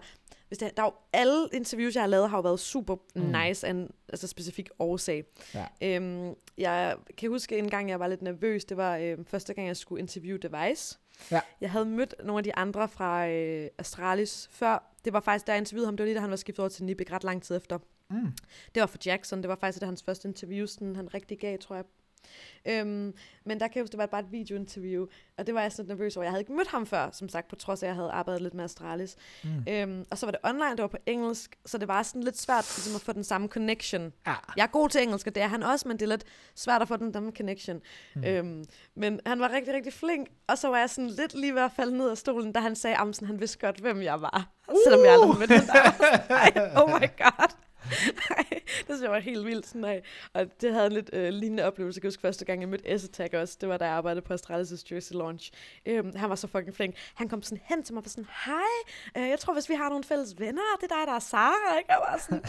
der er jo alle interviews, jeg har lavet, har jo været super nice af en altså specifik årsag. Ja. Jeg kan huske en gang, jeg var lidt nervøs. Det var første gang, jeg skulle interviewe Device. Ja. Jeg havde mødt nogle af de andre fra Astralis før. Det var faktisk, da jeg interviewede ham, det var lige da han var skiftet over til Nibik ret lang tid efter. Det var for Jackson. Det var faktisk hans første interview, sådan, han rigtig gav, tror jeg. Men der kan jeg huske, det var bare et videointerview, og det var jeg sådan nervøs over. Jeg havde ikke mødt ham før, som sagt, på trods af, at jeg havde arbejdet lidt med Astralis. Og så var det online, det var på engelsk, så det var sådan lidt svært ligesom at få den samme connection. Ja. Jeg er god til engelsk, og det er han også, men det er lidt svært at få den samme connection. Men han var rigtig, rigtig flink, og så var jeg sådan lidt lige ved at falde ned af stolen, da han sagde, at han vidste godt, hvem jeg var. Selvom jeg aldrig mødte ham. Oh my god. Det synes jeg var helt vildt sådan, og det havde en lidt lignende oplevelse. Jeg kan huske første gang jeg mødte S-Attack også. Det var da jeg arbejdede på Astralis' Jersey Launch. Han var så fucking flink. Han kom sådan hen til mig og var sådan, hej, jeg tror hvis vi har nogle fælles venner, det er dig, der er Sara, ikke? Jeg var sådan,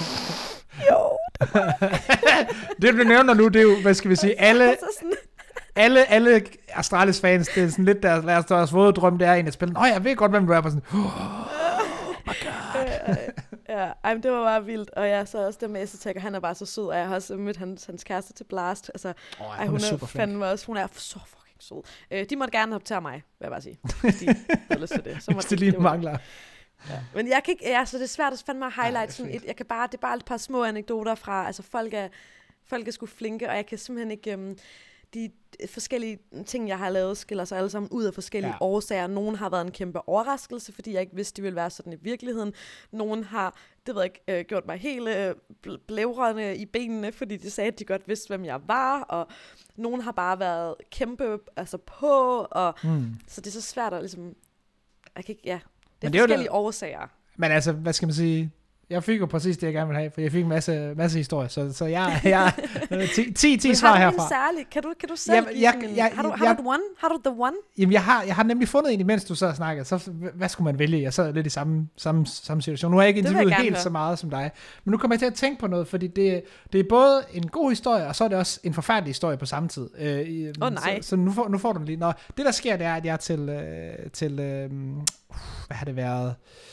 jo. Det du nævner nu, det er jo, hvad skal vi sige, alle Astralis fans, det er sådan lidt deres våde drøm, det er en at spille. Jeg ved godt, hvem du er på sådan, my god. Ja, det var bare vildt, og jeg så også der med S-Attack, og han er bare så sød, og jeg har også mødt hans kæreste til Blast, altså, hun er fandme også, hun er så fucking sød. De måtte gerne optage mig, vil jeg bare sige, hvis de havde lyst til det. Så hvis det lige mangler. Ja. Men jeg kan ikke, så det er svært at fandme at highlight sådan det er bare et par små anekdoter fra, altså folk er sgu flinke, og jeg kan simpelthen ikke, de forskellige ting, jeg har lavet, skiller sig alle sammen ud af forskellige årsager. Nogle har været en kæmpe overraskelse, fordi jeg ikke vidste, de ville være sådan i virkeligheden. Nogle har, det ved jeg ikke, gjort mig helt blævrende i benene, fordi de sagde, at de godt vidste, hvem jeg var. Og nogle har bare været kæmpe på, og så det er så svært at ligesom, jeg kan ikke, det er forskellige årsager. Men altså, hvad skal man sige? Jeg fik jo præcis det, jeg gerne ville have, for jeg fik en masse historie, så jeg 10 svar herfra. Men særlig? Kan du selv har du the one? Jamen, jeg har nemlig fundet en, imens du sad og snakkede, så hvad skulle man vælge? Jeg sad lidt i samme situation. Nu har jeg ikke interviewet helt så meget som dig, men nu kommer jeg til at tænke på noget, fordi det er både en god historie, og så er det også en forfærdelig historie på samme tid. Nej. Så nu får du den lige. Nå, det der sker, det er, at jeg til hvad har det været?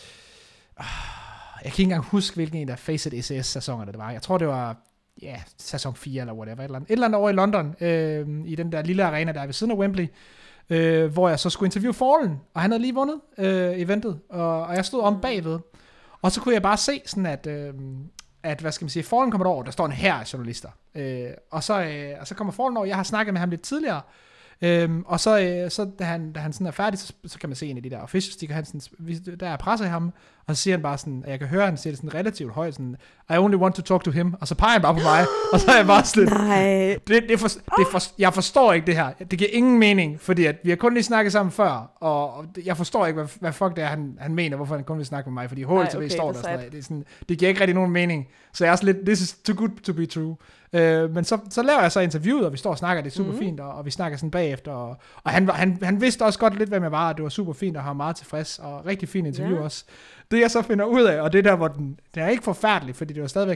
Jeg kan ikke engang huske, hvilken en af Face It SS-sæsonerne det var. Jeg tror, det var sæson 4 eller whatever. Et eller andet over i London, i den der lille arena, der er ved siden af Wembley, hvor jeg så skulle interviewe Fallen, og han havde lige vundet eventet, og jeg stod om bagved. Og så kunne jeg bare se sådan, at hvad skal man sige, Fallen kommer over, der står en hær af journalister. Og så kommer Fallen over, jeg har snakket med ham lidt tidligere, og så da han sådan er færdig, så kan man se en af de der officials, der er presser i ham, og så siger han bare sådan, jeg kan høre, han siger det sådan relativt højt, sådan, I only want to talk to him, og så peger han bare på mig, og så er jeg bare sådan, jeg forstår ikke det her, det giver ingen mening, fordi at vi har kun lige snakket sammen før, og jeg forstår ikke, hvad fuck det er, han mener, hvorfor han kun vil snakke med mig, fordi HLTV står der sådan, det er sådan, det giver ikke rigtig nogen mening, så jeg er også lidt, this is too good to be true. Men så laver jeg så interviewet, og vi står og snakker, det er super fint, og vi snakker sådan bagefter, og han vidste også godt lidt, hvem jeg var, og det var super fint, og han var meget tilfreds, og rigtig fint interview også. Det jeg så finder ud af, og det der, hvor den er ikke forfærdelig, fordi det var stadigvæk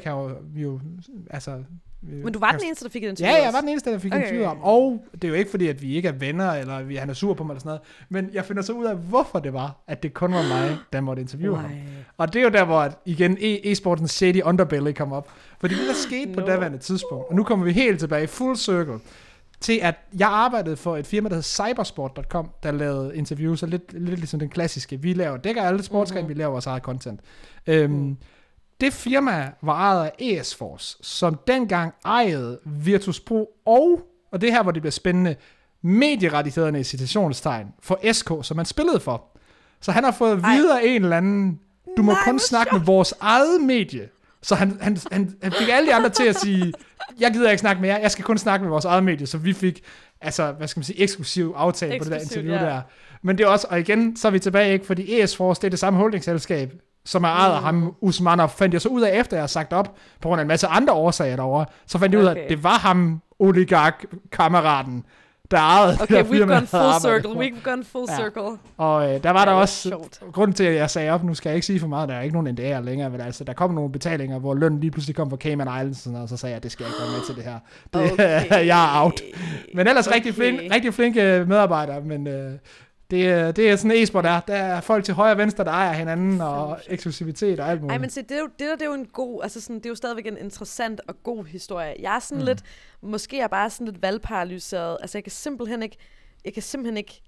men du var den eneste, der fik et interview? Ja, jeg var den eneste, der fik et interview om, og det er jo ikke fordi, at vi ikke er venner, eller han er sur på mig, eller sådan noget, men jeg finder så ud af, hvorfor det var, at det kun var mig, der måtte interviewe ham. Og det er jo der, hvor igen e-sportens shady underbelly kom op. Fordi det der skete på daværende tidspunkt, og nu kommer vi helt tilbage, full circle, til at jeg arbejdede for et firma, der hed cybersport.com, der lavede interviews, og lidt ligesom den klassiske. Vi dækker alle sportsgrene, vi laver vores eget content. Det firma var ejet af ESForce, som dengang ejede Virtus.pro, og det her, hvor det bliver spændende, medierettighederne i citationstegn for SK, som man spillede for. Så han har fået videre en eller anden, du må kun snakke med vores eget medie. Så han fik alle de andre til at sige, jeg gider ikke snakke med jer, jeg skal kun snakke med vores eget medie, så vi fik, altså, hvad skal man sige, eksklusiv aftale på det der interview der. Men det er også, og igen, så er vi tilbage, ikke, fordi ESForce, det er det samme holdingselskab, som er ejet af ham, Usmanov, fandt jeg så ud af, efter jeg har sagt op, på grund af en masse andre årsager derovre, så fandt jeg ud af, at det var ham, oligark-kammeraten, der ejede det der firma, we've gone full circle. Og der var der også, grunden til, at jeg sagde op, nu skal jeg ikke sige for meget, der er ikke nogen NDA'er længere, men altså, der kom nogle betalinger, hvor lønnen lige pludselig kom fra Cayman Islands, og så sagde jeg, det skal jeg ikke være med til det her. Jeg er out. Men ellers rigtig flinke medarbejdere, men Det er sådan en e-sport der er folk til højre og venstre, der ejer hinanden, og eksklusivitet og alt muligt. Ej, men se, det er jo en god, altså sådan, det er jo stadigvæk en interessant og god historie. Jeg er sådan lidt, måske er bare sådan lidt valgparalyseret. Altså, jeg kan simpelthen ikke,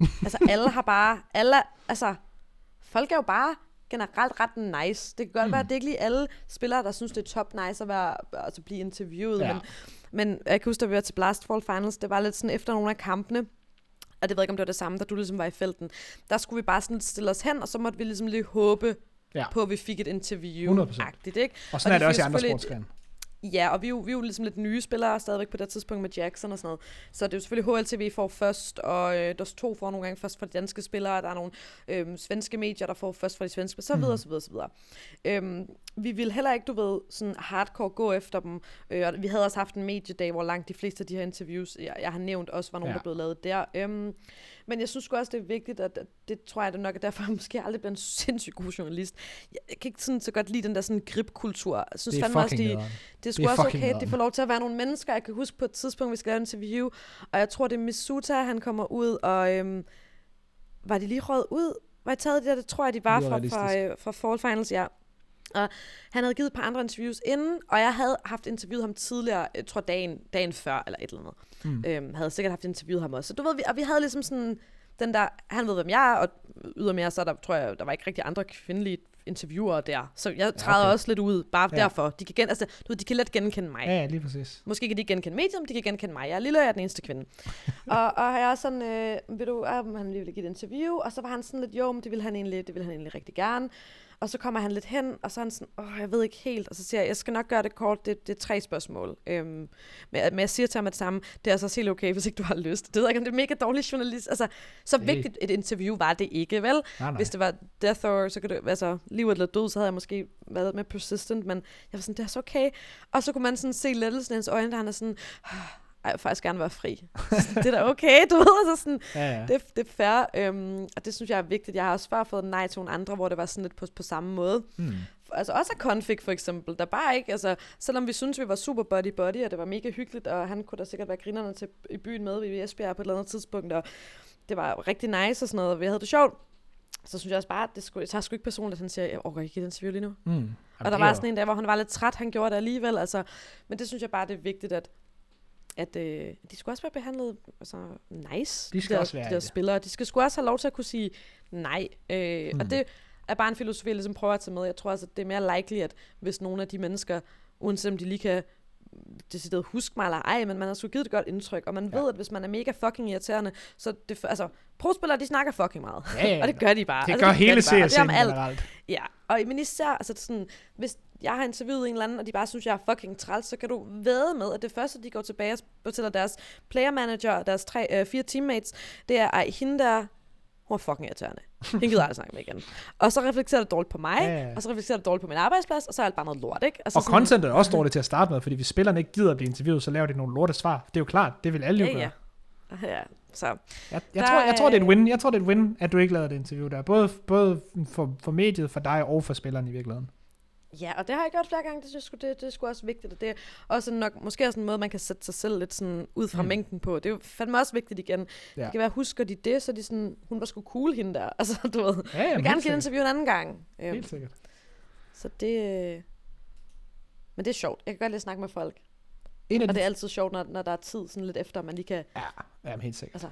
altså, folk er jo bare generelt ret nice. Det kan godt være, at det ikke lige alle spillere, der synes, det er top nice at blive interviewet, men jeg kan huske, da vi var til Blastfall Finals, det var lidt sådan efter nogle af kampene, og det ved ikke, om det var det samme, da du ligesom var i felten. Der skulle vi bare sådan stille os hen, og så måtte vi ligesom lige håbe på, at vi fik et interview. 100%. Ikke? Og sådan er det også i andre sportsgrene. Ja, og vi er jo ligesom lidt nye spillere stadigvæk på det tidspunkt med Jackson og sådan noget. Så det er jo selvfølgelig HLTV får først, og DOS2 får nogle gange først fra de danske spillere, der er nogle svenske medier, der får først fra de svenske, så videre, så videre, så videre. Vi ville heller ikke, sådan hardcore gå efter dem. Og vi havde også haft en mediedag, hvor langt de fleste af de her interviews, jeg har nævnt, også var nogen, der blev lavet der. Men jeg synes sgu også, det er vigtigt, at det tror jeg, det nok er derfor, jeg måske aldrig bliver en sindssygt god journalist. Jeg kan ikke sådan så godt lide den der sådan gripkultur. Jeg synes det er fucking også, det er sgu også okay, at de får lov til at være nogle mennesker. Jeg kan huske på et tidspunkt, vi skal lave en interview, og jeg tror, det er Misuta, han kommer ud, og var de lige røget ud? Var jeg taget det der? Det tror jeg, de var fra Fall Finals, ja. Og han havde givet et par andre interviews inden, og jeg havde haft interviewet ham tidligere, jeg tror dagen før, eller et eller andet. Havde sikkert haft interviewet ham også. Så du ved, og vi havde ligesom sådan, den der, han ved, hvem jeg er, og ydermere så tror jeg, der var ikke rigtig andre kvindelige interviewer der. Så jeg træder også lidt ud, bare derfor. De kan, de kan let genkende mig. Ja, lige præcis. Måske kan de genkende medium, de kan genkende mig. Jeg er lille, og jeg er den eneste kvinde. og jeg er sådan, ved du, han ville give et interview, og så var han sådan lidt, jo, men det ville han egentlig rigtig gerne. Og så kommer han lidt hen, og så er han sådan, jeg ved ikke helt. Og så siger jeg skal nok gøre det kort, det er 3 spørgsmål. Men jeg siger til ham det samme, det er altså helt okay, hvis ikke du har lyst. Det ved jeg ikke, om det er mega dårlig journalist. Altså, så vigtigt et interview var det ikke, vel? Nej. Hvis det var death or, så kunne det, liv eller død, så havde jeg måske været med persistent, men jeg var sådan, det er så okay. Og så kunne man sådan se lettelsen i hans øjne, der han er sådan, jeg vil faktisk gerne være fri. Det er da okay, du ved, altså sådan, det er fair, og det synes jeg er vigtigt. Jeg har også bare fået nej til nogle andre, hvor det var sådan lidt på samme måde. Altså også af Config for eksempel, der bare ikke, altså selvom vi synes vi var super buddy, og det var mega hyggeligt, og han kunne da sikkert være grinerne til i byen med i Esbjerg på et eller andet tidspunkt, og det var rigtig nice og sådan noget, og vi havde det sjovt. Så synes jeg også bare, at jeg tager sgu ikke personligt, at han siger, jeg orker ikke et interview lige nu. Og der var sådan en dag, hvor han var lidt træt, han gjorde det alligevel, altså, men det synes jeg bare, det er vigtigt, at de skulle også være behandlet nice. De skal også være de der spillere. De skal sgu også have lov til at kunne sige nej. Og det er bare en filosofi, jeg ligesom prøver at tage med. Jeg tror altså, det er mere likely, at hvis nogle af de mennesker, uanset om de lige kan decideret huske mig eller ej, men man har sgu givet et godt indtryk, og man ved, at hvis man er mega fucking irriterende, så det, altså, pro-spillere, de snakker fucking meget. Ja, og det gør de bare. Det gør hele CS'en generelt. Ja, og især, altså sådan, hvis jeg har interviewet en eller anden, og de bare synes, jeg er fucking træls, så kan du vædde med, at det første, de går tilbage og fortæller deres player manager og deres 4 teammates, det er, hende der, hun er fucking irriterende. Hende gider aldrig snakke med igen. Og så reflekterer det dårligt på mig, og så reflekterer det dårligt på min arbejdsplads, og så er alt bare noget lort, ikke? Altså og content er også dårligt til at starte med, fordi hvis spillerne ikke gider at blive interviewet, så laver de nogle lorte svar. Det er jo klart, det vil alle jo gøre. Ja, så. Jeg tror, det er et win. Jeg tror, det er et win, at du ikke lavede det interview der. Både for mediet, for dig og for spillerne i virkeligheden. Ja, og det har jeg gjort flere gange. Det synes jeg, det er sgu også vigtigt. Og det er også nok, måske også en måde, man kan sætte sig selv lidt sådan ud fra mængden på. Det er jo fandme også vigtigt igen. Ja. Det kan være, husker de det, så de sådan, hun var sgu cool, hende der. Altså, du ved. Jeg vil gerne give et interview en anden gang. Helt sikkert. Så det... Men det er sjovt. Jeg kan godt lide at snakke med folk. Og det er altid sjovt, når der er tid sådan lidt efter, man lige kan... Ja, helt sikkert. Altså,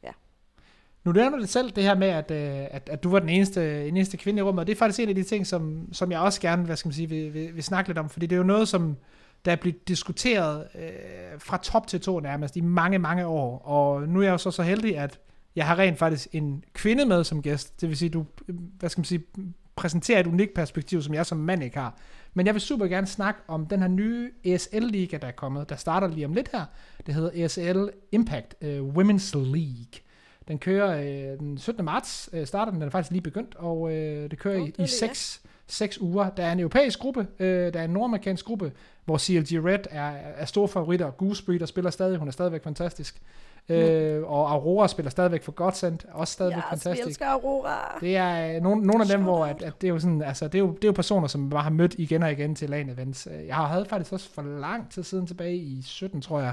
nu nævner du det selv, det her med, at du var den eneste kvinde i rummet, og det er faktisk en af de ting, som jeg også gerne, vil snakke lidt om, fordi det er jo noget, som der er blevet diskuteret fra top til to nærmest i mange, mange år, og nu er jeg jo så heldig, at jeg har rent faktisk en kvinde med som gæst, det vil sige, du, præsenterer et unikt perspektiv, som jeg som mand ikke har. Men jeg vil super gerne snakke om den her nye ESL-liga, der er kommet, der starter lige om lidt her. Det hedder ESL Impact Women's League. Den kører den 17. marts, starter den er faktisk lige begyndt, og det kører i 6 uger. Der er en europæisk gruppe, der er en nordamerikansk gruppe, hvor CLG Red er store favoritter. Goosebury, der spiller stadig, hun er stadigvæk fantastisk. Og Aurora spiller stadigvæk for Godsend, også stadigvæk fantastisk. Jeg elsker Aurora. Det er nogle af dem, hvor at det er jo sådan, altså det er jo personer, som bare har mødt igen og igen til LAN events. Jeg havde faktisk også for lang tid siden tilbage i 17, tror jeg,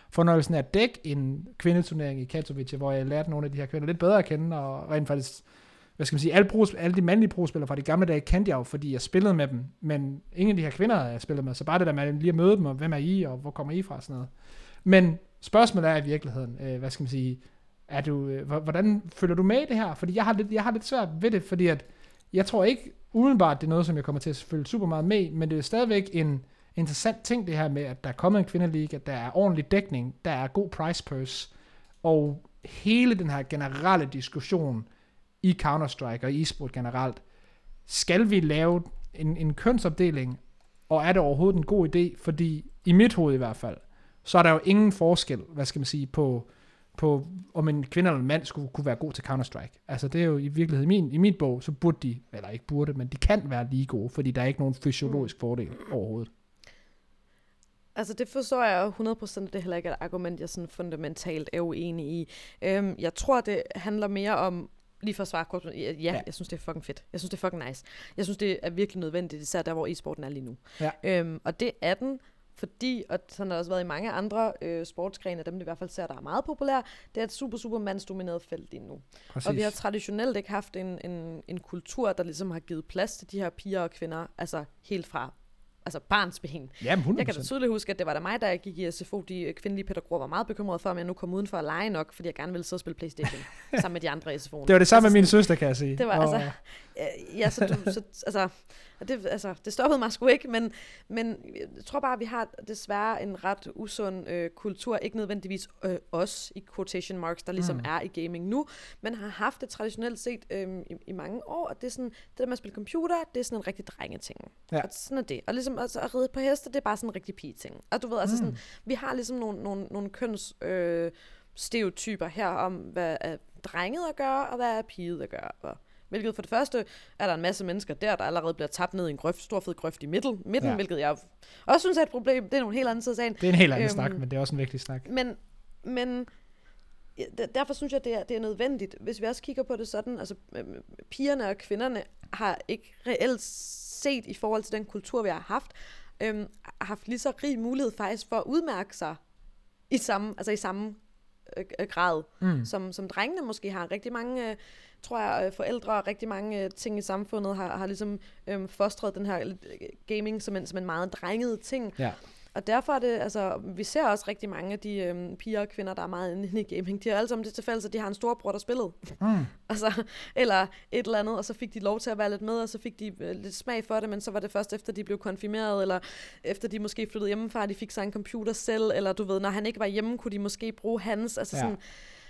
fornøjelsen af at dække en kvindeturnering i Katowice, hvor jeg lærte nogle af de her kvinder lidt bedre at kende, og rent faktisk, hvad skal man sige, alle de mandlige pro-spillere fra de gamle dage kendte jeg jo, fordi jeg spillede med dem, men ingen af de her kvinder, jeg spillede med, så bare det der med lige at møde dem, og hvem er I, og hvor kommer I fra, og sådan noget. Men spørgsmålet er i virkeligheden, hvad skal man sige, hvordan følger du med i det her? Fordi jeg har lidt svært ved det, fordi at jeg tror ikke umiddelbart, det er noget, som jeg kommer til at følge super meget med, men det er stadigvæk en interessant ting, det her med, at der er kommet en kvindeliga, at der er ordentlig dækning, der er god price purse, og hele den her generelle diskussion i Counter-Strike og e-sport generelt, skal vi lave en kønsopdeling, og er det overhovedet en god idé? Fordi i mit hoved i hvert fald, så er der jo ingen forskel, hvad skal man sige, på om en kvinde eller en mand skulle kunne være god til Counter-Strike. Altså det er jo i virkeligheden, i min bog, så burde de, eller ikke burde, men de kan være lige gode, fordi der er ikke nogen fysiologisk fordel overhovedet. Altså det forstår jeg 100%, det er heller ikke et argument, jeg sådan fundamentalt er uenig i. Jeg tror, det handler mere om, lige for at svare kort, jeg synes, det er fucking fedt. Jeg synes, det er fucking nice. Jeg synes, det er virkelig nødvendigt, især der, hvor e-sporten er lige nu. Ja. Og det er den, fordi, og sådan har der også været i mange andre sportsgrene, dem det i hvert fald ser, der er meget populære, det er et super, super mandsdomineret felt lige nu. Præcis. Og vi har traditionelt ikke haft en kultur, der ligesom har givet plads til de her piger og kvinder, altså helt fra barnsben. Jamen, jeg kan da tydeligt huske, at det var da mig, da jeg gik i SFO, de kvindelige pædagoger var meget bekymrede for, om jeg nu kom udenfor at lege nok, fordi jeg gerne ville sidde og spille PlayStation sammen med de andre i SFO'en. Det var det samme med min søster, kan jeg sige. Det var det stoppede mig sgu ikke, men jeg tror bare, at vi har desværre en ret usund kultur, ikke nødvendigvis os i quotation marks, der ligesom er i gaming nu, men har haft det traditionelt set i mange år, og det er sådan, det der med at spille computer, det er sådan en rigtig drengeting. Ja. Og sådan er det. Og ligesom altså, at ride på heste, det er bare sådan en rigtig pige-ting. Og du ved, altså sådan, vi har ligesom nogle køns stereotyper her om, hvad er drenget at gøre, og hvad er piget at gøre. Og hvilket for det første er der en masse mennesker der allerede bliver tabt ned i en grøft, stor fed grøft i midten, hvilket jeg også synes er et problem. Det er nogle helt andre side af sagen. Det er en helt anden snak, men det er også en vigtig snak. Men derfor synes jeg, det er nødvendigt. Hvis vi også kigger på det sådan, altså pigerne og kvinderne har ikke reelt set i forhold til den kultur, vi har haft lige så rig mulighed faktisk for at udmærke sig i samme grad, som drengene måske har. Rigtig mange, tror jeg, forældre og rigtig mange ting i samfundet har ligesom fostret den her gaming som en meget drenget ting. Ja. Og derfor er det, altså, vi ser også rigtig mange af de piger og kvinder, der er meget inde i gaming. De har alle sammen det tilfælde, så de har en storebror, der spillede. Altså, eller et eller andet, og så fik de lov til at være lidt med, og så fik de lidt smag for det, men så var det først efter, de blev konfirmeret, eller efter de måske flyttede hjemmefra, de fik sig en computer selv, eller du ved, når han ikke var hjemme, kunne de måske bruge hans. Altså sådan,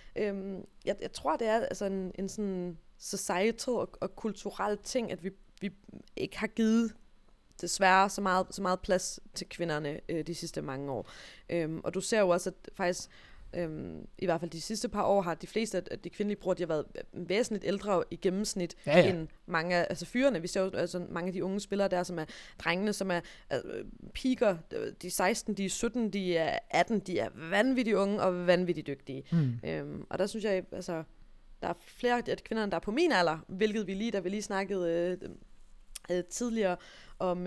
jeg tror, det er altså en sådan societal og kulturel ting, at vi ikke har givet desværre så meget plads til kvinderne de sidste mange år. Og du ser jo også, at faktisk i hvert fald de sidste par år har de fleste af de kvindelige brugere, de har været væsentligt ældre i gennemsnit end mange af altså fyrene. Vi ser jo altså mange af de unge spillere der, som er drengene, som er piger, de er 16, de er 17, de er 18, de er vanvittigt unge og vanvittigt dygtige. Og der synes jeg, altså, der er flere af kvinderne, der er på min alder, hvilket da vi lige snakkede tidligere om,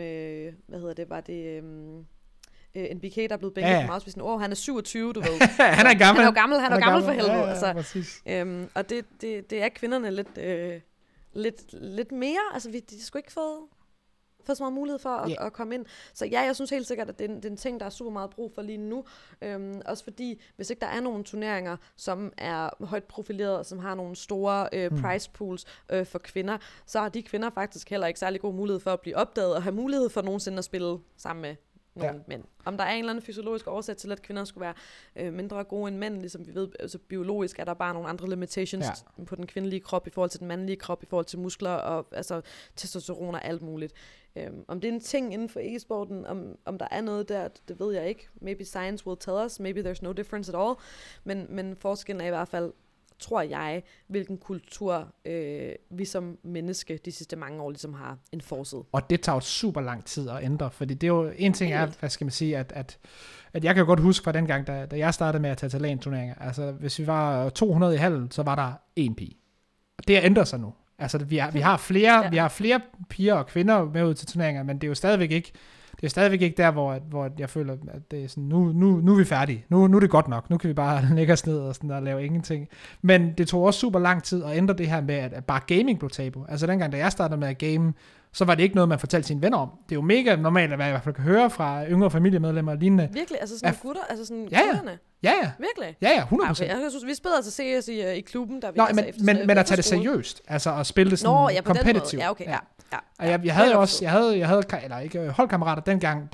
NBK, der er blevet bænket på meget spidsen. Han er 27, du ved. Han er gammel. Han er gammel for helvede. Ja, altså, og det er kvinderne lidt mere. Altså, de skulle ikke få så meget mulighed for at komme ind. Så ja, jeg synes helt sikkert, at det er en ting, der er super meget brug for lige nu. Også fordi, hvis ikke der er nogle turneringer, som er højt profileret, og som har nogle store prize pools for kvinder, så har de kvinder faktisk heller ikke særlig god mulighed for at blive opdaget, og have mulighed for nogensinde at spille sammen med nogle mænd. Om der er en eller anden fysiologisk årsag til, at kvinder skulle være mindre gode end mænd, ligesom vi ved, altså biologisk er der bare nogle andre limitations på den kvindelige krop, i forhold til den mandlige krop, i forhold til muskler, og altså testosteron og alt muligt. Om det er en ting inden for e-sporten, om der er noget der, det ved jeg ikke. Maybe science will tell us, maybe there's no difference at all, men forskellen er i hvert fald, tror jeg, hvilken kultur vi som menneske de sidste mange år ligesom har enforcet. Og det tager jo super lang tid at ændre, fordi det er jo en ting er, hvad skal man sige, at jeg kan godt huske fra den gang, da jeg startede med at tage talent-turneringer, altså hvis vi var 200 i hallen, så var der én pige. Og det ændrer sig nu. Altså vi har flere piger og kvinder med ud til turneringer, men det er jo stadigvæk ikke det er stadigvæk ikke der, hvor jeg føler, at det er sådan, nu er vi færdige. Nu er det godt nok. Nu kan vi bare lægge os ned og, sådan, og lave ingenting. Men det tog også super lang tid at ændre det her med, at bare gaming blev tabu. Altså dengang, da jeg startede med at game, så var det ikke noget, man fortalte sine venner om. Det er jo mega normalt, at jeg i hvert fald kan høre fra yngre familiemedlemmer og lignende. Virkelig? Altså sådan gutter? Altså sådan gutterne? Ja. Virkelig? Ja, 100%. Okay, jeg synes, vi spiller altså CS i klubben, der vi men at tage det seriøst. Altså at spille det sådan competitive. Ja, okay. Ja. Og jeg havde også, jeg havde ikke holdkammerater dengang,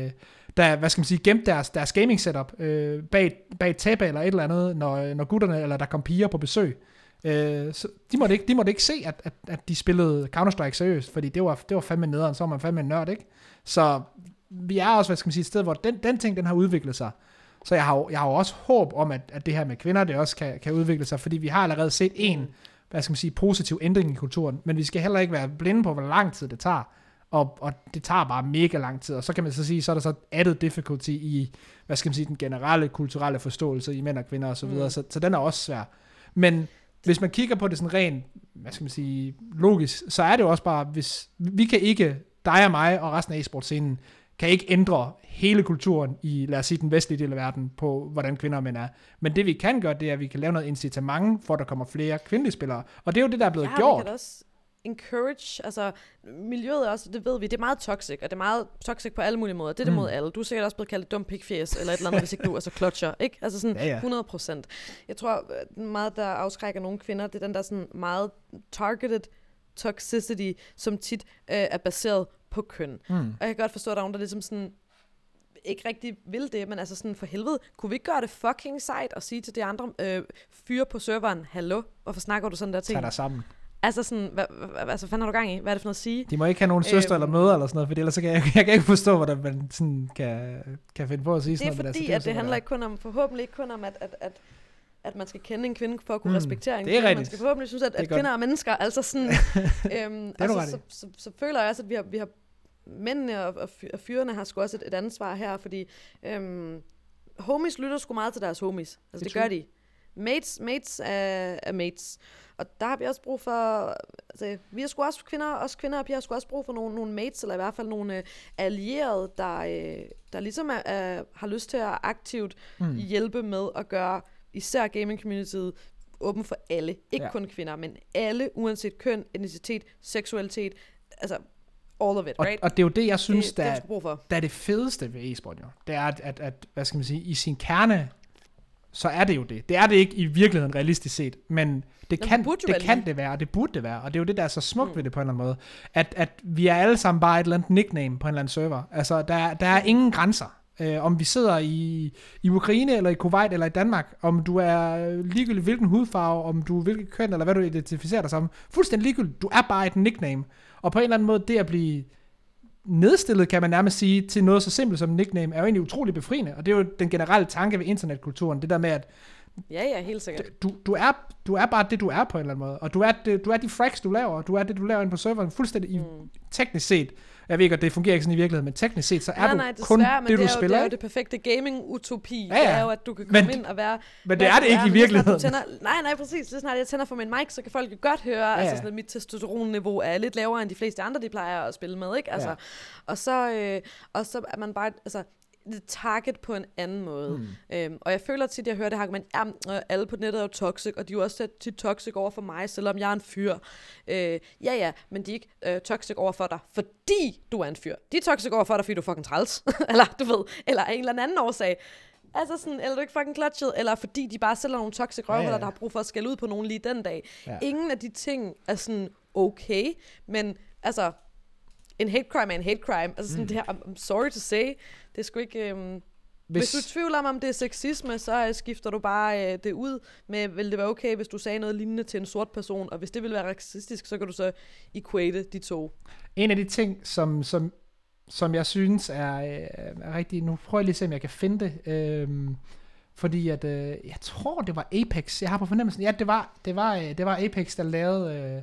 der hvad skal man sige, gemte deres gaming setup bag et tab eller et eller andet, når gutterne, eller der kom piger på besøg. Så de måtte ikke se, at de spillede Counter-Strike seriøst, fordi det var fandme nederen, så var man fandme en nørd, ikke? Så vi er også, hvad skal man sige, et sted, hvor den ting, den har udviklet sig. Så jeg har jo også håb om, at det her med kvinder, det også kan udvikle sig, fordi vi har allerede set en, hvad skal man sige, positiv ændring i kulturen, men vi skal heller ikke være blinde på, hvor lang tid det tager, og det tager bare mega lang tid, og så kan man så sige, så er der så added difficulty i, hvad skal man sige, den generelle kulturelle forståelse i mænd og kvinder og så videre, så den er også svær. Men hvis man kigger på det sådan rent, hvad skal man sige, logisk, så er det jo også bare, hvis vi kan ikke, dig og mig og resten af e-sportscenen, kan ikke ændre hele kulturen i, lad os sige, den vestlige del af verden, på hvordan kvinder og mænd er. Men det vi kan gøre, det er, at vi kan lave noget incitament, for at der kommer flere kvindelige spillere. Og det er jo det, der er blevet gjort. Vi kan også encourage, altså miljøet også, det ved vi, det er meget toxic, og det er meget toxic på alle mulige måder. Det er det mod alle. Du er sikkert også blevet kaldt dum pikfjes, eller et eller andet, hvis ikke du altså clutcher, ikke? Altså sådan 100%. Jeg tror, meget der afskrækker nogle kvinder, det er den der sådan meget targeted toxicity, som tit er baseret på køn. Og jeg kan godt forstå, at der er nogen, der ligesom sådan ikke rigtig vil det, men altså sådan for helvede, kunne vi ikke gøre det fucking sejt og sige til de andre fyre på serveren, hallo, hvorfor snakker du sådan der ting? Tag dig sammen. Altså sådan, hvad fanden har du gang i? Hvad er det for noget at sige? De må ikke have nogen søster eller mødre eller sådan noget, for ellers så kan jeg kan ikke forstå, hvordan man sådan kan finde på at sige sådan noget. Det er fordi, at det handler ikke kun om, forhåbentlig ikke kun om, at man skal kende en kvinde for at kunne respektere en kvinde. Man skal forhåbentlig synes, at kvinder er mennesker. Altså sådan, så føler jeg også, at vi har mændene og fyrene har sgu også et ansvar her, fordi homies lytter sgu meget til deres homies. Altså det gør de. Mates er mates. Og der har vi også brug for, altså vi har sgu også kvinder og piger har sgu også brug for nogle mates, eller i hvert fald nogle allierede, der ligesom har lyst til at aktivt hjælpe med at gøre især gaming communityet åben for alle. Ikke kun kvinder, men alle, uanset køn, etnicitet, seksualitet, altså all of it, right? Og det er jo det, jeg synes, der er det fedeste ved e-sport, jo. Det er, at, hvad skal man sige, i sin kerne, så er det jo det. Det er det ikke i virkeligheden realistisk set, men det kan det være, og det burde det være, og det er jo det, der er så smukt ved det på en eller anden måde, at vi er alle sammen bare et eller andet nickname på en eller anden server. Altså, der er ingen grænser. Om vi sidder i Ukraine, eller i Kuwait, eller i Danmark, om du er ligegyldigt hvilken hudfarve, om du er hvilket køn, eller hvad du identificerer dig som, fuldstændig ligegyldigt. Du er bare et nickname. Og på en eller anden måde, det at blive nedstillet, kan man nærmest sige, til noget så simpelt som nickname, er jo egentlig utrolig befriende. Og det er jo den generelle tanke ved internetkulturen, det der med, at ja, helt sikkert. Du er bare det, du er på en eller anden måde. Og du er de frags, du laver, og du er det, du laver inde på serveren, fuldstændig teknisk set. Jeg ved ikke, at det fungerer ikke sådan i virkeligheden, men teknisk set, så er du kun det, du spiller. Det er jo det perfekte gaming-utopi. Ja. Det er jo, at du kan komme ind og være... Men det er det ikke i virkeligheden. Nej, præcis. Det er snart, jeg tænder for min mic, så kan folk jo godt høre, altså sådan, at mit testosteronniveau er lidt lavere, end de fleste andre, de plejer at spille med, ikke? Altså, og så er man bare... Altså, target på en anden måde. Og jeg føler tit, jeg hører det her argument, alle på nettet er jo toxic, og de er jo også tit toxic over for mig, selvom jeg er en fyr. Men de er ikke toxic over for dig, fordi du er en fyr. De er toxic over for dig, fordi du er fucking træls. Eller du ved, eller en eller anden årsag. Altså sådan, eller du er ikke fucking clutchet, eller fordi de bare sælger nogle toxic røvhuller, der har brug for at skælde ud på nogen lige den dag. Ja. Ingen af de ting er sådan okay, men altså, en hate crime er en hate crime. Altså sådan det her, I'm sorry to say, det er sgu ikke... Hvis du tvivler om det er sexisme, så skifter du bare det ud med, vil det være okay, hvis du sagde noget lignende til en sort person, og hvis det vil være racistisk, så kan du så equate de to. En af de ting, som jeg synes er rigtig... Nu prøver jeg lige at se, om jeg kan finde det. Fordi at... jeg tror, det var Apex. Jeg har på fornemmelsen... Ja, det var Apex, der lavede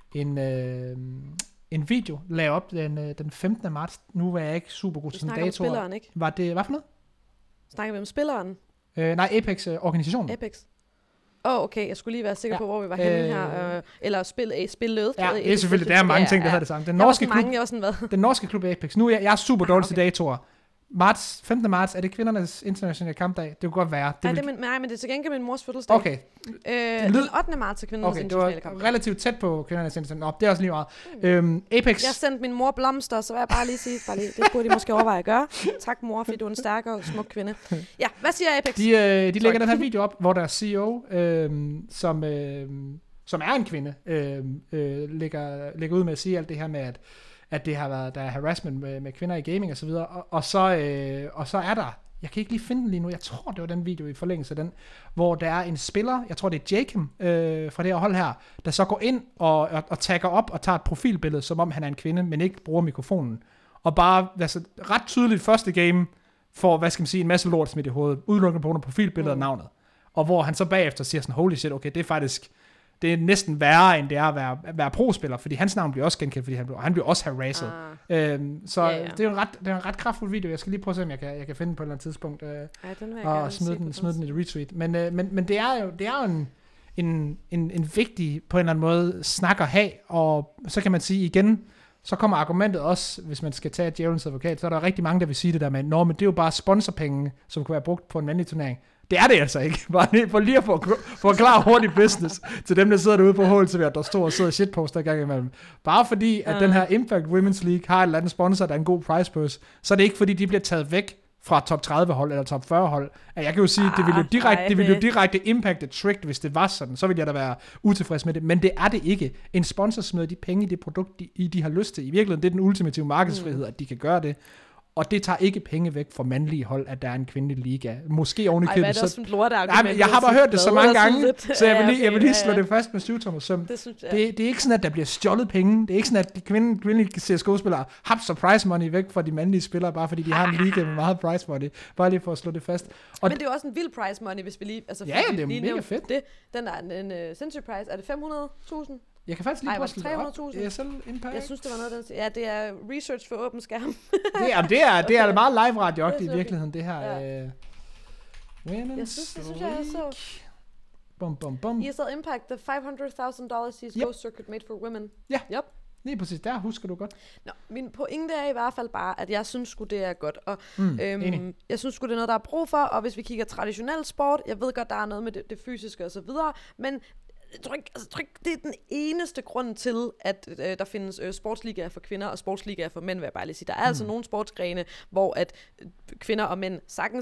en video, lavede op den 15. marts. Nu var jeg ikke super god til sådan datoer. Du snakker om spilleren, ikke? Var det... Hvad for noget? Snakker vi om spilleren? Nej, Apex-organisationen. Apex. Okay, jeg skulle lige være sikker på, hvor vi var henne her. Eller spille lød. Ja, det er selvfølgelig, der er mange ting, der hedder det samme. Den norske klub Apex. Nu jeg er super dårlig til datoer. 15. marts, er det kvindernes internationale kampdag? Det kunne godt være. Nej, men det er til gengæld min mors fødselsdag. Okay. Den 8. marts er kvindernes internationale kampdag. Okay, det var relativt tæt på kvindernes internationale. Det er også lige meget. Apex. Jeg sendte min mor blomster, så vil jeg bare lige sige, det burde de måske overveje at gøre. Tak mor, fordi du er en stærk og smuk kvinde. Ja, hvad siger Apex? De lægger den her video op, hvor der er CEO, som er en kvinde, lægger ud med at sige alt det her med, at det har været, der er harassment med kvinder i gaming og så videre, og så er der, jeg kan ikke lige finde den lige nu, jeg tror det var den video i forlængelse af den, hvor der er en spiller, jeg tror det er Jacob fra det her hold her, der så går ind og tagger op og tager et profilbillede, som om han er en kvinde, men ikke bruger mikrofonen, og bare altså, ret tydeligt første game får, hvad skal man sige, en masse lort smidt i hovedet, udelukkende på grund af profilbilledet og navnet, og hvor han så bagefter siger sådan, holy shit, okay, det er næsten værre, end det er at være pro-spiller, fordi hans navn bliver også genkendt, fordi han bliver også harassed. Det er en ret kraftfuld video. Jeg skal lige prøve at se, om jeg kan finde den på et eller andet tidspunkt, og smide den i et retweet. Men det er jo en vigtig, på en eller anden måde, snak at have, og så kan man sige igen, så kommer argumentet også, hvis man skal tage djævelens advokat, så er der rigtig mange, der vil sige det der med, men det er jo bare sponsorpenge, som kunne være brugt på en mandlig turnering. Det er det altså ikke. Bare lige at forklare hurtigt business til dem, der sidder derude på HLTV, der står og sidder shitposter i gang imellem. Bare fordi, at den her Impact Women's League har et eller andet sponsor, der er en god price purse, så er det ikke fordi, de bliver taget væk fra top 30 hold eller top 40 hold. Jeg kan jo sige, det ville jo direkte impacte trick, hvis det var sådan. Så ville jeg da være utilfreds med det. Men det er det ikke. En sponsor smider de penge i det produkt, de har lyst til. I virkeligheden, det er den ultimative markedsfrihed, at de kan gøre det. Og det tager ikke penge væk fra mandlige hold, at der er en kvindelig liga. Måske oven i købet. Hvad er det også for et lorteargument? Jeg har bare hørt det så mange gange, så jeg vil lige slå det fast med 7-tommer søm. Det er ikke sådan, at der bliver stjålet penge. Det er ikke sådan, at de kvindelige CSGO-spillere har surprise money væk fra de mandlige spillere, bare fordi de har en liga med meget prize money. Bare lige for at slå det fast. Men det er jo også en vild prize money, hvis vi lige... Altså, ja, det er mega fedt. Den er en sindssyg prize. Er det 500.000? Jeg kan faktisk lige prøve at slå det op. Jeg synes, det var noget, der... Ja, det er research for åben skærm. det er meget live-radioagtigt i virkeligheden, det her. Jeg synes jeg så... Bum. ESL Impact, the $500,000 CSGO circuit made for women. Ja, yep. Lige præcis. Der husker du godt. Nå, min pointe er i hvert fald bare, at jeg synes sgu, det er godt. Og jeg synes sgu, det er noget, der er brug for. Og hvis vi kigger traditionel sport, jeg ved godt, der er noget med det fysiske og så videre, men jeg tror ikke, det er den eneste grund til, at der findes sportsligaer for kvinder og sportsligaer for mænd, vil jeg bare lige sige. Der er altså nogle sportsgrene, hvor at kvinder og mænd sagtens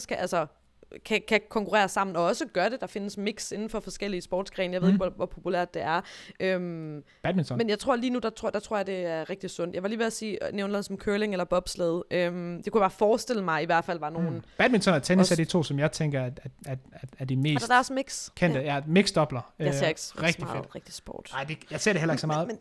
kan konkurrere sammen, og også gør det. Der findes mix inden for forskellige sportsgrene. Jeg ved ikke, hvor populært det er. Badminton. Men jeg tror lige nu, der tror jeg, det er rigtig sundt. Jeg var lige ved at sige, nævne noget som curling eller bobsled. Det kunne jeg bare forestille mig, i hvert fald var nogen... Badminton og tennis er de to, som jeg tænker, er de mest... Altså, der er også mix. Kendte, ja, mix-dobler. Jeg ser ikke rigtig meget fedt. rigtig sport. Nej, jeg ser det heller ikke så meget.